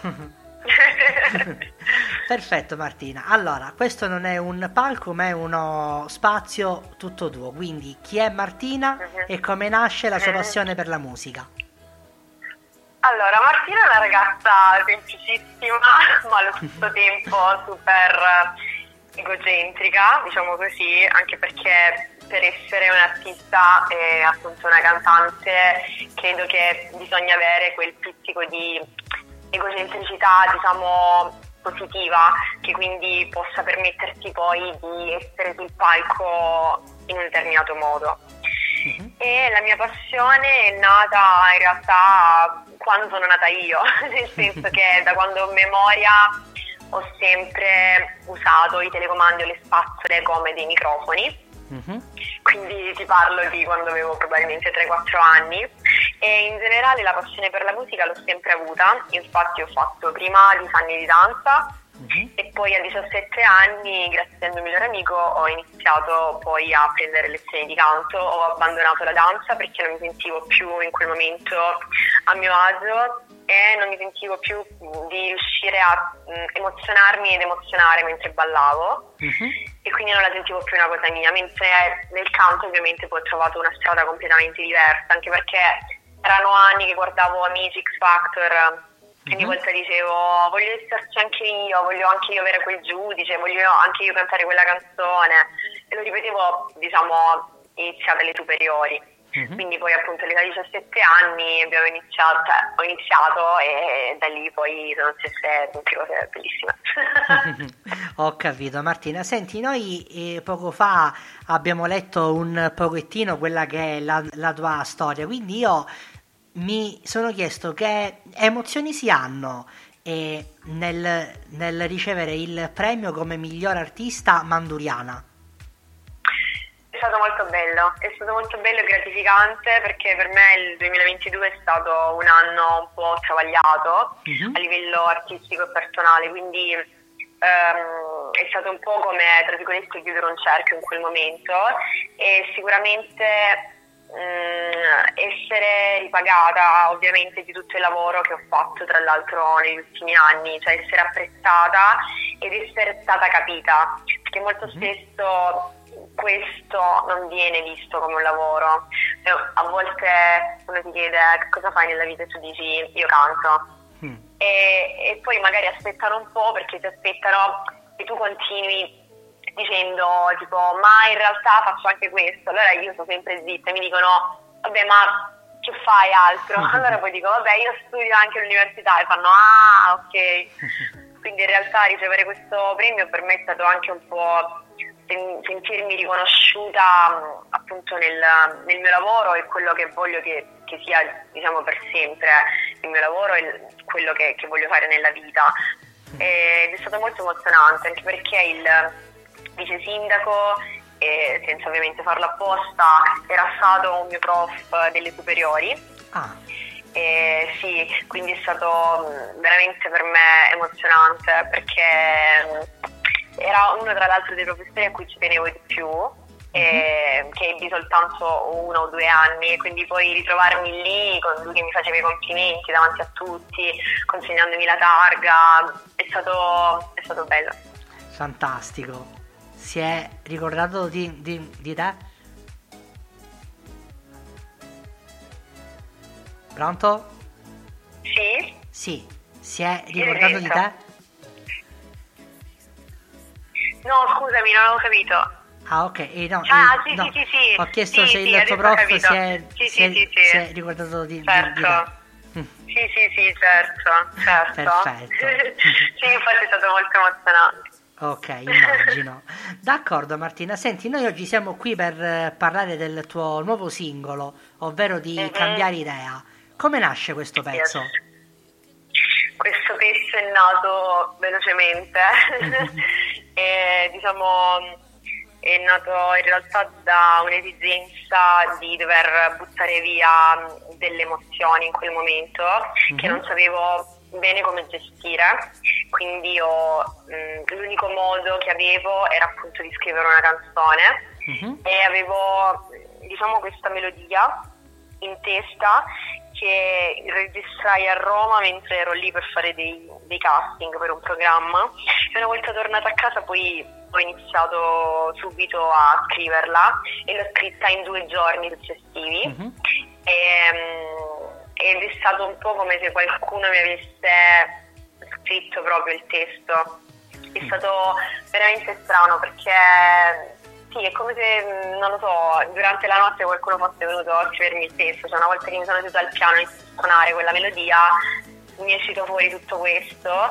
Perfetto Martina, allora questo non è un palco ma è uno spazio tutto tuo, quindi chi è Martina e come nasce la sua passione per la musica? Allora, Martina è una ragazza semplicissima ma allo stesso tempo super egocentrica, diciamo così, anche perché per essere un'artista e appunto una cantante credo che bisogna avere quel pizzico di egocentricità, diciamo, positiva, che quindi possa permetterti poi di essere sul palco in un determinato modo. E la mia passione è nata in realtà quando sono nata io, nel senso che da quando ho memoria ho sempre usato i telecomandi o le spazzole come dei microfoni. Quindi ti parlo di quando avevo probabilmente 3-4 anni, e in generale la passione per la musica l'ho sempre avuta. Infatti ho fatto prima 10 anni di danza e poi a 17 anni, grazie al mio migliore amico, ho iniziato poi a prendere lezioni di canto. Ho abbandonato la danza perché non mi sentivo più in quel momento a mio agio e non mi sentivo più di riuscire a emozionarmi ed emozionare mentre ballavo, e quindi non la sentivo più una cosa mia, mentre nel canto ovviamente poi ho trovato una strada completamente diversa, anche perché erano anni che guardavo Amici, X Factor e ogni volta dicevo voglio esserci anche io, voglio anche io avere quel giudice, voglio anche io cantare quella canzone, e lo ripetevo, diciamo, iniziate le superiori. Quindi poi appunto all'età di 17 anni ho iniziato e da lì poi sono successe tutte cose bellissime. Ho capito Martina, senti, noi poco fa abbiamo letto un pochettino quella che è la tua storia, quindi io mi sono chiesto che emozioni si hanno nel ricevere il premio come miglior artista manduriana. È stato molto bello e gratificante, perché per me il 2022 è stato un anno un po' travagliato a livello artistico e personale, quindi è stato un po' come, tra virgolette, chiudere un cerchio in quel momento, e sicuramente essere ripagata ovviamente di tutto il lavoro che ho fatto tra l'altro negli ultimi anni, cioè essere apprezzata ed essere stata capita, perché molto spesso questo non viene visto come un lavoro. A volte uno ti chiede che cosa fai nella vita e tu dici io canto, e poi magari aspettano un po', perché ti aspettano che tu continui dicendo tipo ma in realtà faccio anche questo. Allora io sto sempre zitta e mi dicono vabbè, ma che fai altro? Allora poi dico vabbè, io studio anche all'università, e fanno ah ok. Quindi in realtà ricevere questo premio per me è stato anche un po' sentirmi riconosciuta appunto nel mio lavoro, e quello che voglio che sia, diciamo, per sempre il mio lavoro e quello che voglio fare nella vita. Ed è stato molto emozionante, anche perché il vice sindaco, senza ovviamente farlo apposta, era stato un mio prof delle superiori. Sì, quindi è stato veramente per me emozionante, perché era uno tra l'altro dei professori a cui ci tenevo di più, che ebbi soltanto 1 o 2 anni, e quindi poi ritrovarmi lì con lui che mi faceva i complimenti davanti a tutti, consegnandomi la targa, è stato bello. Fantastico. Si è ricordato di te? Pronto? Sì? Sì, si è ricordato di te? No, scusami, non ho capito. Ah, ok. No, sì. Ho chiesto se il tuo prof si è ricordato di te. Sì, certo. Perfetto. Sì, infatti è stato molto emozionante. Ok, immagino. D'accordo Martina, senti, noi oggi siamo qui per parlare del tuo nuovo singolo, ovvero di Cambiare Idea. Come nasce questo pezzo? Questo pezzo è nato velocemente, diciamo è nato in realtà da un'esigenza di dover buttare via delle emozioni in quel momento che non sapevo bene come gestire, quindi l'unico modo che avevo era appunto di scrivere una canzone e avevo, diciamo, questa melodia in testa che registrai a Roma mentre ero lì per fare dei casting per un programma, e una volta tornata a casa poi ho iniziato subito a scriverla e l'ho scritta in 2 giorni successivi ed è stato un po' come se qualcuno mi avesse scritto proprio il testo. È stato veramente strano perché sì, è come se, non lo so, durante la notte qualcuno fosse venuto a scrivermi il testo, cioè una volta che mi sono seduta al piano e iniziato a suonare quella melodia mi è uscito fuori tutto questo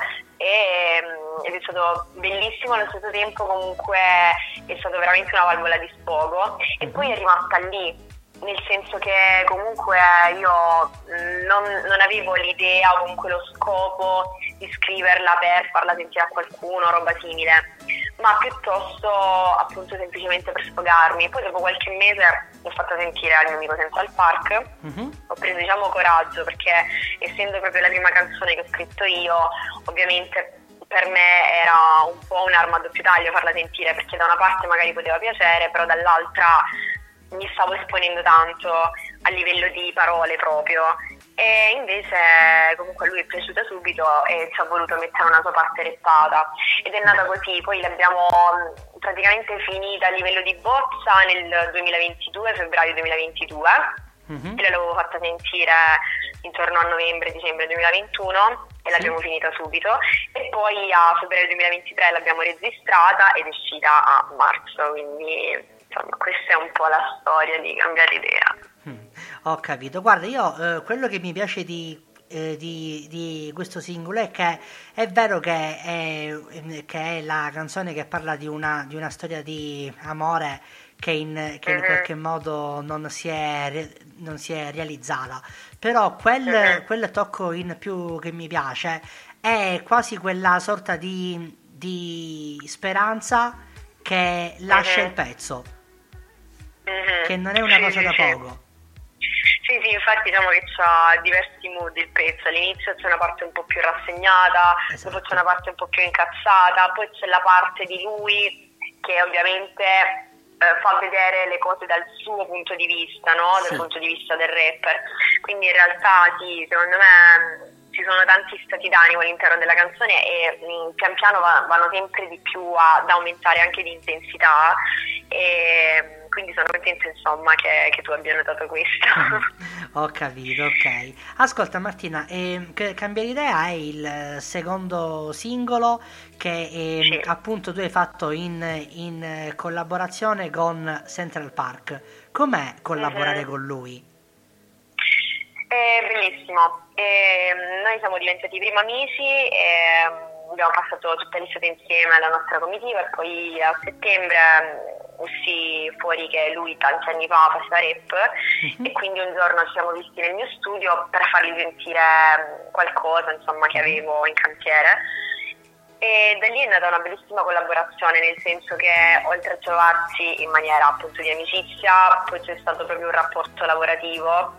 ed è stato bellissimo. Allo stesso tempo comunque è stato veramente una valvola di sfogo e poi è rimasta lì, nel senso che comunque io non avevo l'idea o comunque lo scopo di scriverla per farla sentire a qualcuno, roba simile, ma piuttosto appunto semplicemente per sfogarmi. Poi dopo qualche mese l'ho fatta sentire al mio amico Central Park, ho preso, diciamo, coraggio, perché essendo proprio la prima canzone che ho scritto io, ovviamente per me era un po' un'arma a doppio taglio farla sentire, perché da una parte magari poteva piacere, però dall'altra mi stavo esponendo tanto a livello di parole proprio, e invece comunque a lui è piaciuta subito e ci ha voluto mettere una sua parte reppata ed è nata così. Poi l'abbiamo praticamente finita a livello di bozza nel 2022, febbraio 2022, e l'avevo fatta sentire intorno a novembre-dicembre 2021 e l'abbiamo finita subito, e poi a febbraio 2023 l'abbiamo registrata ed è uscita a marzo, quindi insomma questa è un po' la storia di Cambiare Idea. Ho capito. Guarda, io quello che mi piace di questo singolo è che è vero che è la canzone che parla di una storia di amore che in qualche modo non si è realizzata, però quel tocco in più che mi piace è quasi quella sorta di speranza che lascia il pezzo, che non è una cosa da poco. Sì, infatti diciamo che c'ha diversi mood il pezzo. All'inizio c'è una parte un po' più rassegnata, dopo c'è una parte un po' più incazzata, poi c'è la parte di lui che ovviamente fa vedere le cose dal suo punto di vista, no? Dal punto di vista del rapper. Quindi in realtà sì, secondo me ci sono tanti stati d'animo all'interno della canzone e pian piano vanno sempre di più ad aumentare anche di intensità, e quindi sono contenta insomma che tu abbia notato questo. Ho capito, ok. Ascolta Martina, Cambiare Idea è il secondo singolo che appunto tu hai fatto in collaborazione con Central Park. Com'è collaborare con lui? È bellissimo. Noi siamo diventati primi amici e abbiamo passato tutta l'estate insieme alla nostra comitiva, e poi a settembre uscì fuori che lui tanti anni fa faceva rap, e quindi un giorno ci siamo visti nel mio studio per fargli sentire qualcosa insomma che avevo in cantiere, e da lì è nata una bellissima collaborazione, nel senso che oltre a trovarci in maniera appunto di amicizia, poi c'è stato proprio un rapporto lavorativo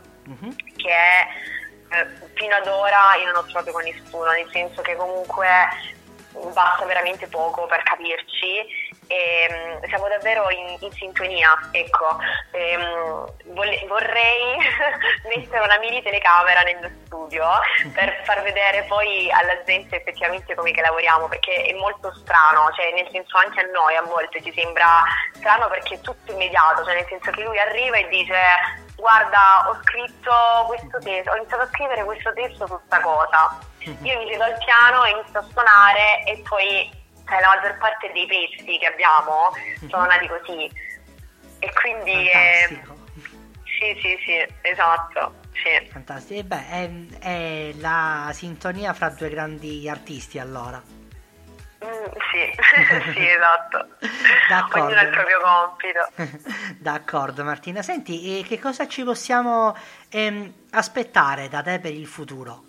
che fino ad ora io non ho trovato con nessuno, nel senso che comunque basta veramente poco per capirci e siamo davvero in sintonia, ecco. Vorrei mettere una mini telecamera nello studio per far vedere poi alla gente effettivamente come che lavoriamo, perché è molto strano, cioè nel senso anche a noi a volte ci sembra strano perché è tutto immediato, cioè nel senso che lui arriva e dice: guarda, ho scritto questo testo, ho iniziato a scrivere questo testo su sta cosa. Io mi siedo al piano, inizio a suonare e poi la maggior parte dei pezzi che abbiamo sono nati così. E quindi sì, esatto. Sì. Fantastico. E beh, è la sintonia fra due grandi artisti allora. Sì, esatto. D'accordo. Ognuno ha il proprio compito. D'accordo Martina, senti, che cosa ci possiamo aspettare da te per il futuro?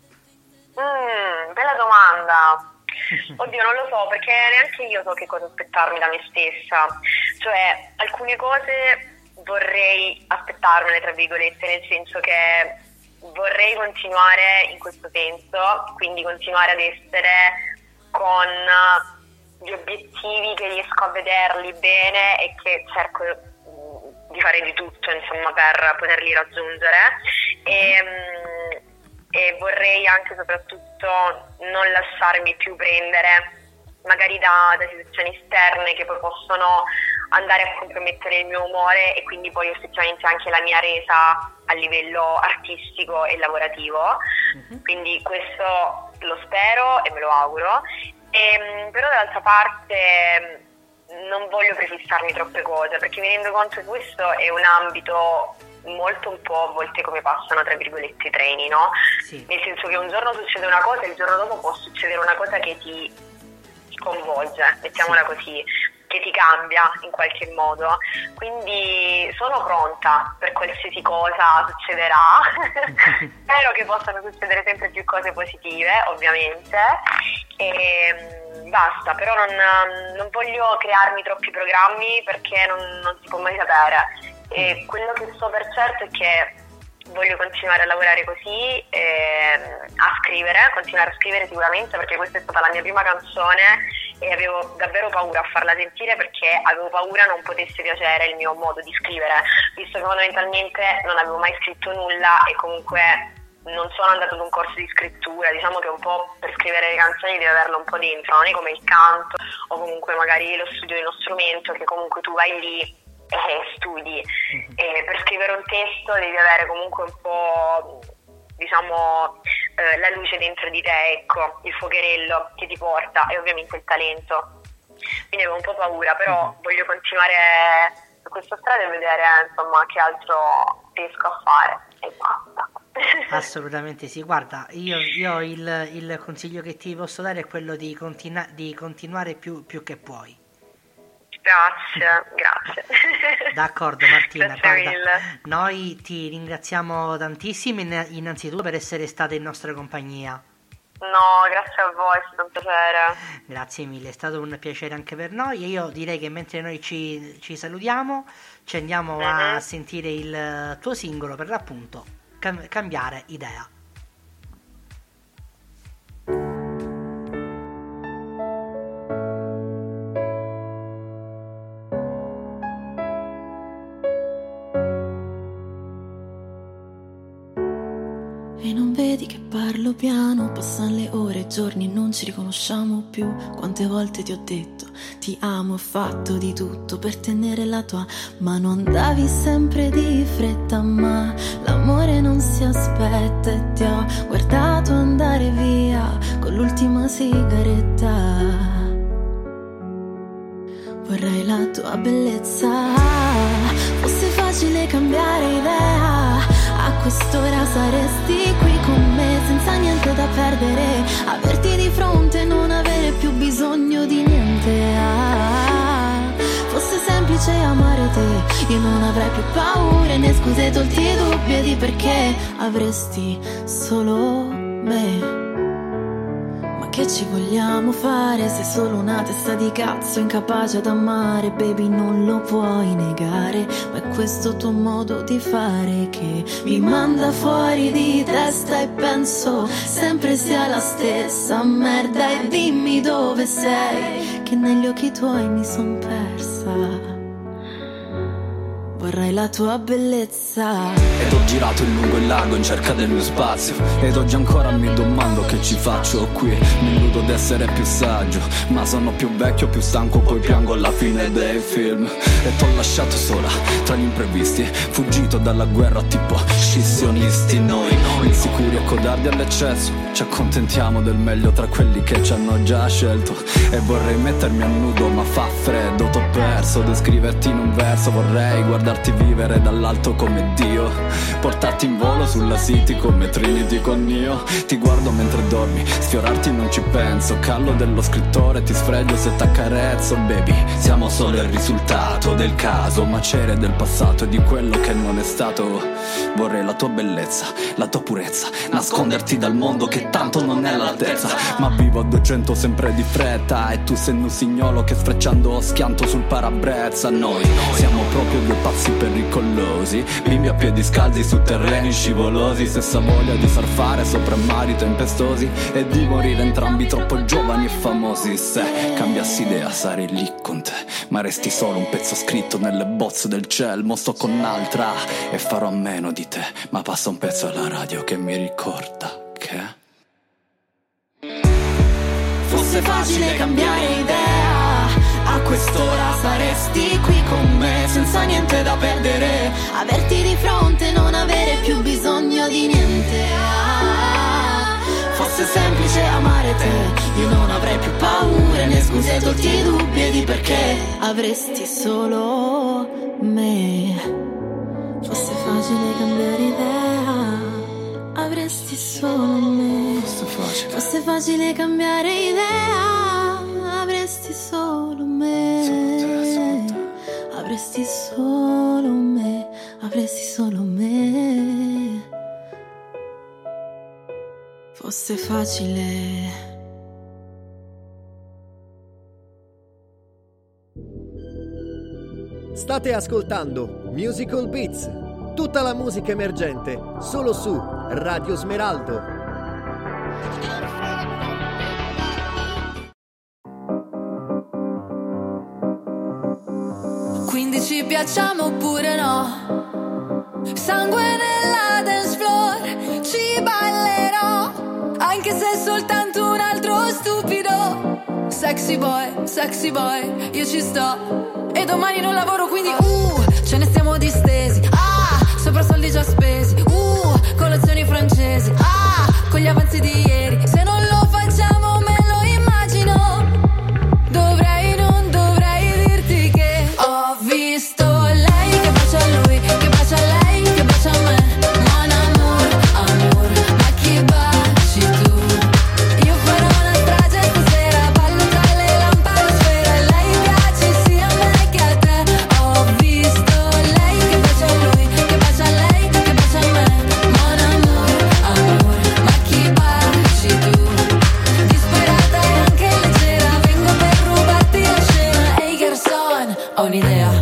Bella domanda. Oddio, non lo so, perché neanche io so che cosa aspettarmi da me stessa. Cioè, alcune cose vorrei aspettarmene, tra virgolette, nel senso che vorrei continuare in questo senso, quindi continuare ad essere con gli obiettivi che riesco a vederli bene e che cerco di fare di tutto, insomma, per poterli raggiungere. E vorrei anche soprattutto non lasciarmi più prendere magari da situazioni esterne che poi possono andare a compromettere il mio umore e quindi poi effettivamente anche la mia resa a livello artistico e lavorativo. Quindi questo lo spero e me lo auguro. Però dall'altra parte non voglio prefissarmi troppe cose, perché mi rendo conto che questo è un ambito molto un po' a volte come passano tra virgolette i treni, no? Sì. Nel senso che un giorno succede una cosa e il giorno dopo può succedere una cosa che ti sconvolge, mettiamola così, che ti cambia in qualche modo. Quindi sono pronta per qualsiasi cosa succederà. Spero che possano succedere sempre più cose positive, ovviamente, e basta. Però non voglio crearmi troppi programmi, perché non si può mai sapere. E quello che so per certo è che voglio continuare a lavorare così, continuare a scrivere sicuramente, perché questa è stata la mia prima canzone e avevo davvero paura a farla sentire, perché avevo paura non potesse piacere il mio modo di scrivere, visto che fondamentalmente non avevo mai scritto nulla e comunque non sono andato ad un corso di scrittura. Diciamo che un po' per scrivere le canzoni devi averlo un po' dentro, non è come il canto o comunque magari lo studio di uno strumento, che comunque tu vai lì e studi, e per scrivere un testo devi avere comunque un po', diciamo, la luce dentro di te, ecco, il fuocherello che ti porta, e ovviamente il talento. Quindi avevo un po' paura, però voglio continuare su questa strada e vedere, insomma, che altro riesco a fare, e basta. Assolutamente sì. Guarda, io il consiglio che ti posso dare è quello di continuare più che puoi. Grazie. D'accordo Martina, Grazie guarda, mille. noi ti ringraziamo tantissimo innanzitutto per essere stata in nostra compagnia. No, grazie a voi, è stato un piacere. Grazie mille, è stato un piacere anche per noi, e io direi che mentre noi ci salutiamo ci andiamo a sentire il tuo singolo, per l'appunto Cambiare idea. E non vedi che parlo piano, passano le ore e giorni e non ci riconosciamo più. Quante volte ti ho detto ti amo, ho fatto di tutto per tenere la tua mano. Andavi sempre di fretta, ma l'amore non si aspetta, e ti ho guardato andare via con l'ultima sigaretta. Vorrei la tua bellezza, fosse facile cambiare idea. A quest'ora saresti qui con me, senza niente da perdere, averti di fronte e non avere più bisogno di niente. Fosse semplice amare te, io non avrei più paure né scuse, tolti dubbi di perché avresti solo me. Che ci vogliamo fare se solo una testa di cazzo incapace ad amare? Baby, non lo puoi negare, ma è questo tuo modo di fare che mi manda fuori di testa, e penso sempre sia la stessa merda. E dimmi dove sei, che negli occhi tuoi mi son persa. Vorrei la tua bellezza. Ed ho girato in lungo e largo in cerca del mio spazio, ed oggi ancora mi domando che ci faccio qui. Mi illudo d'essere più saggio, ma sono più vecchio, più stanco, poi piango alla fine dei film. E t'ho lasciato sola tra gli imprevisti, fuggito dalla guerra tipo scissionisti. Noi, insicuri e codardi all'eccesso, ci accontentiamo del meglio tra quelli che ci hanno già scelto. E vorrei mettermi a nudo, ma fa freddo, t'ho perso. Descriverti in un verso, vorrei guardarti vivere dall'alto come Dio, portarti in volo sulla City come Trinity con Neo. Ti guardo mentre dormi, sfiorarti non ci penso, callo dello scrittore ti sfregio se t'accarezzo. Baby, siamo solo il risultato del caso, macerie del passato e di quello che non è stato. Vorrei la tua bellezza, la tua purezza, nasconderti dal mondo che tanto non è all'altezza. Ma vivo a 200 sempre di fretta, e tu sei un usignolo che sfrecciando schianto sul parabrezza. Noi siamo proprio due pazzi così pericolosi, bimbi a piedi scalzi su terreni scivolosi, stessa voglia di surfare sopra mari tempestosi e di morire entrambi troppo giovani e famosi. Se cambiassi idea sarei lì con te, ma resti solo un pezzo scritto nelle bozze del cielo. Sto con un'altra e farò a meno di te, ma passa un pezzo alla radio che mi ricorda che fosse facile cambiare idea, a quest'ora saresti qui con me, senza niente da perdere, averti di fronte, non avere più bisogno di niente. Fosse semplice amare te, io non avrei più paure, né scuse, torti, dubbi e di perché avresti solo me. Fosse facile cambiare idea, avresti solo me. Fosse facile cambiare idea, avresti solo me. Avresti solo me, avresti solo me. Fosse facile. State ascoltando Musical Beats, tutta la musica emergente, solo su Radio Smeraldo. Quindi ci piacciamo oppure no? Sangue nella dance floor, ci ballerò, anche se è soltanto un altro stupido. Sexy boy, io ci sto. E domani non lavoro, quindi ce ne stiamo distesi. Sopra soldi già spesi. Colazioni francesi. Con gli avanzi di ieri. Se non lo facciamo me lo immagino. Non dovrei dirti che ho visto lei che bacia a lui, che bacia a lei, che bacia a me. Mon amour, ma chi baci tu? Io farò una strage stasera, ballo tra le lampadosfere. Lei piace sia a me che a te. Ho visto lei che bacia a lui, che bacia a lei, che bacia a me. Mon amour, ma chi baci tu? Disperata e anche leggera, vengo per rubarti la scena. Ehi garçon, ho un'idea.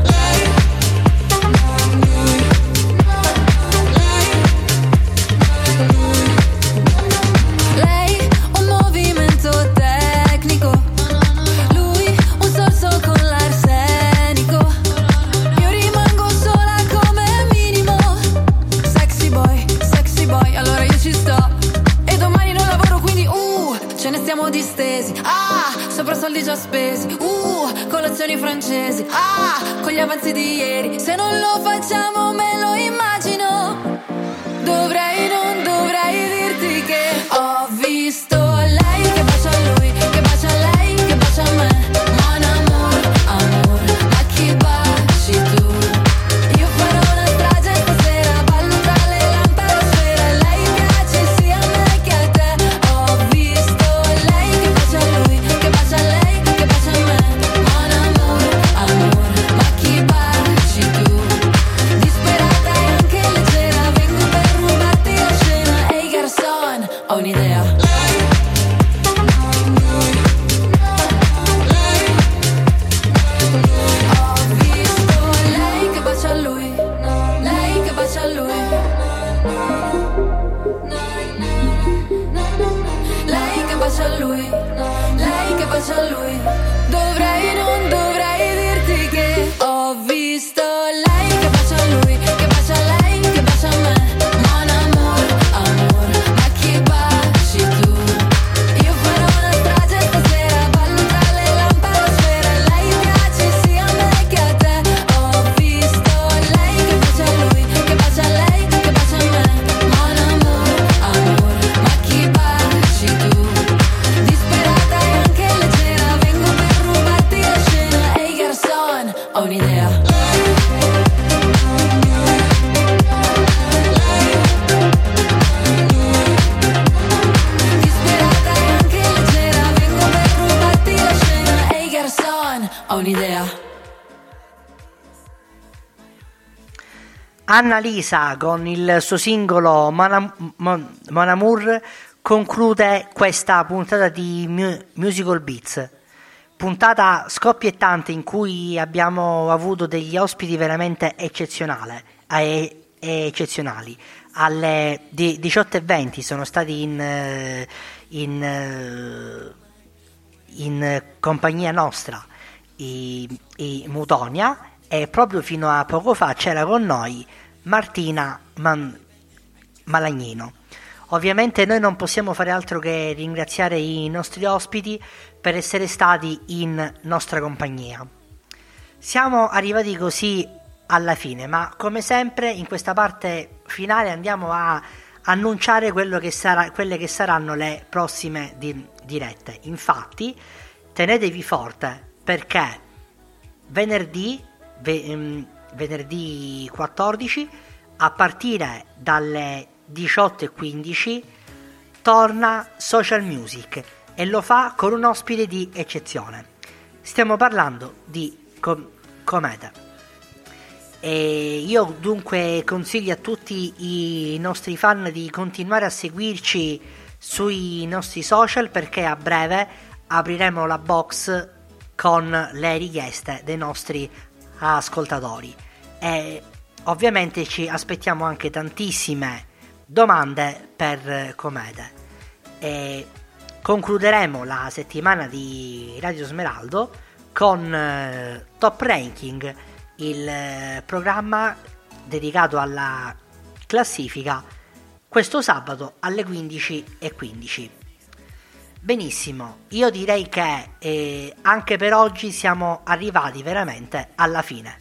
Lei un movimento tecnico, lui un sorso con l'arsenico. Io rimango sola come minimo. Sexy boy, allora io ci sto. E domani non lavoro, quindi ce ne stiamo distesi. Sopra soldi già spesi. Colazioni francesi. Con gli avanzi di ieri. Se non lo facciamo me lo immagino. Non dovrei dirti che ho visto lei che bacia a lui, che bacia a lei, che bacia a me. Mon amour, ma chi baci tu? Io farò una strage stasera, ballo tra le lampadosfere. Lei piace sia a me che a te. Ho visto lei che bacia a lui, che bacia a lei, che bacia a me. Mon amour, ma chi baci tu? Disperata e anche leggera, vengo per rubarti la scena. Ehi garçon, ho un'idea. Ho visto lei che bacia a lui, lei che bacia a lui. Lei che bacia a lui, lei che bacia a lui. Non dovrei dirti che ho visto lei che bacia a lui, che bacia a lei, che bacia a me. Mon amour, ma chi baci tu? Io farò una strage stasera, ballo tra le lampadosfere. Lei piace sia a me che a te. Ho visto lei che bacia a lui, che bacia a lei, che bacia a me. Mon amour, ma chi baci tu? Disperata e anche leggera, vengo per rubarti la scena. Ehi garçon, ho un'idea. Disperata e anche leggera, vengo per rubarti la scena. Ehi garçon, ho un'idea. Annalisa con il suo singolo Mon Amour conclude questa puntata di Musical Beats. puntata scoppiettante in cui abbiamo avuto degli ospiti veramente eccezionali. Alle 18:20 sono stati in compagnia nostra i Mutonia, e proprio fino a poco fa c'era con noi Martina Malagnino. Ovviamente noi non possiamo fare altro che ringraziare i nostri ospiti per essere stati in nostra compagnia. Siamo arrivati così alla fine, ma come sempre in questa parte finale andiamo a annunciare quelle che saranno le prossime dirette. Infatti tenetevi forte, perché venerdì 14 a partire dalle 18:15 torna Social Music e lo fa con un ospite di eccezione. Stiamo parlando di Cometa. E io dunque consiglio a tutti i nostri fan di continuare a seguirci sui nostri social, perché a breve apriremo la box con le richieste dei nostri ascoltatori, e ovviamente ci aspettiamo anche tantissime domande per Comete. E concluderemo la settimana di Radio Smeraldo con Top Ranking, il programma dedicato alla classifica, questo sabato alle 15:15. Benissimo, io direi che anche per oggi siamo arrivati veramente alla fine.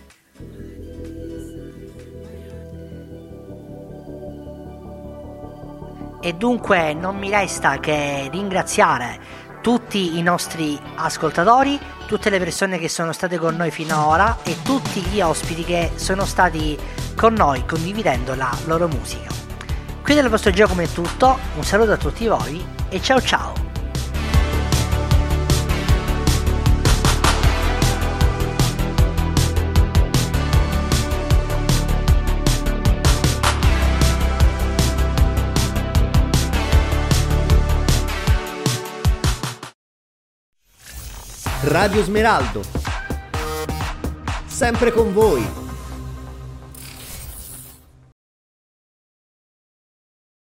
E dunque non mi resta che ringraziare tutti i nostri ascoltatori, tutte le persone che sono state con noi fino ad ora e tutti gli ospiti che sono stati con noi condividendo la loro musica. Qui del vostro Giacomo è tutto, un saluto a tutti voi e ciao ciao! Radio Smeraldo, sempre con voi.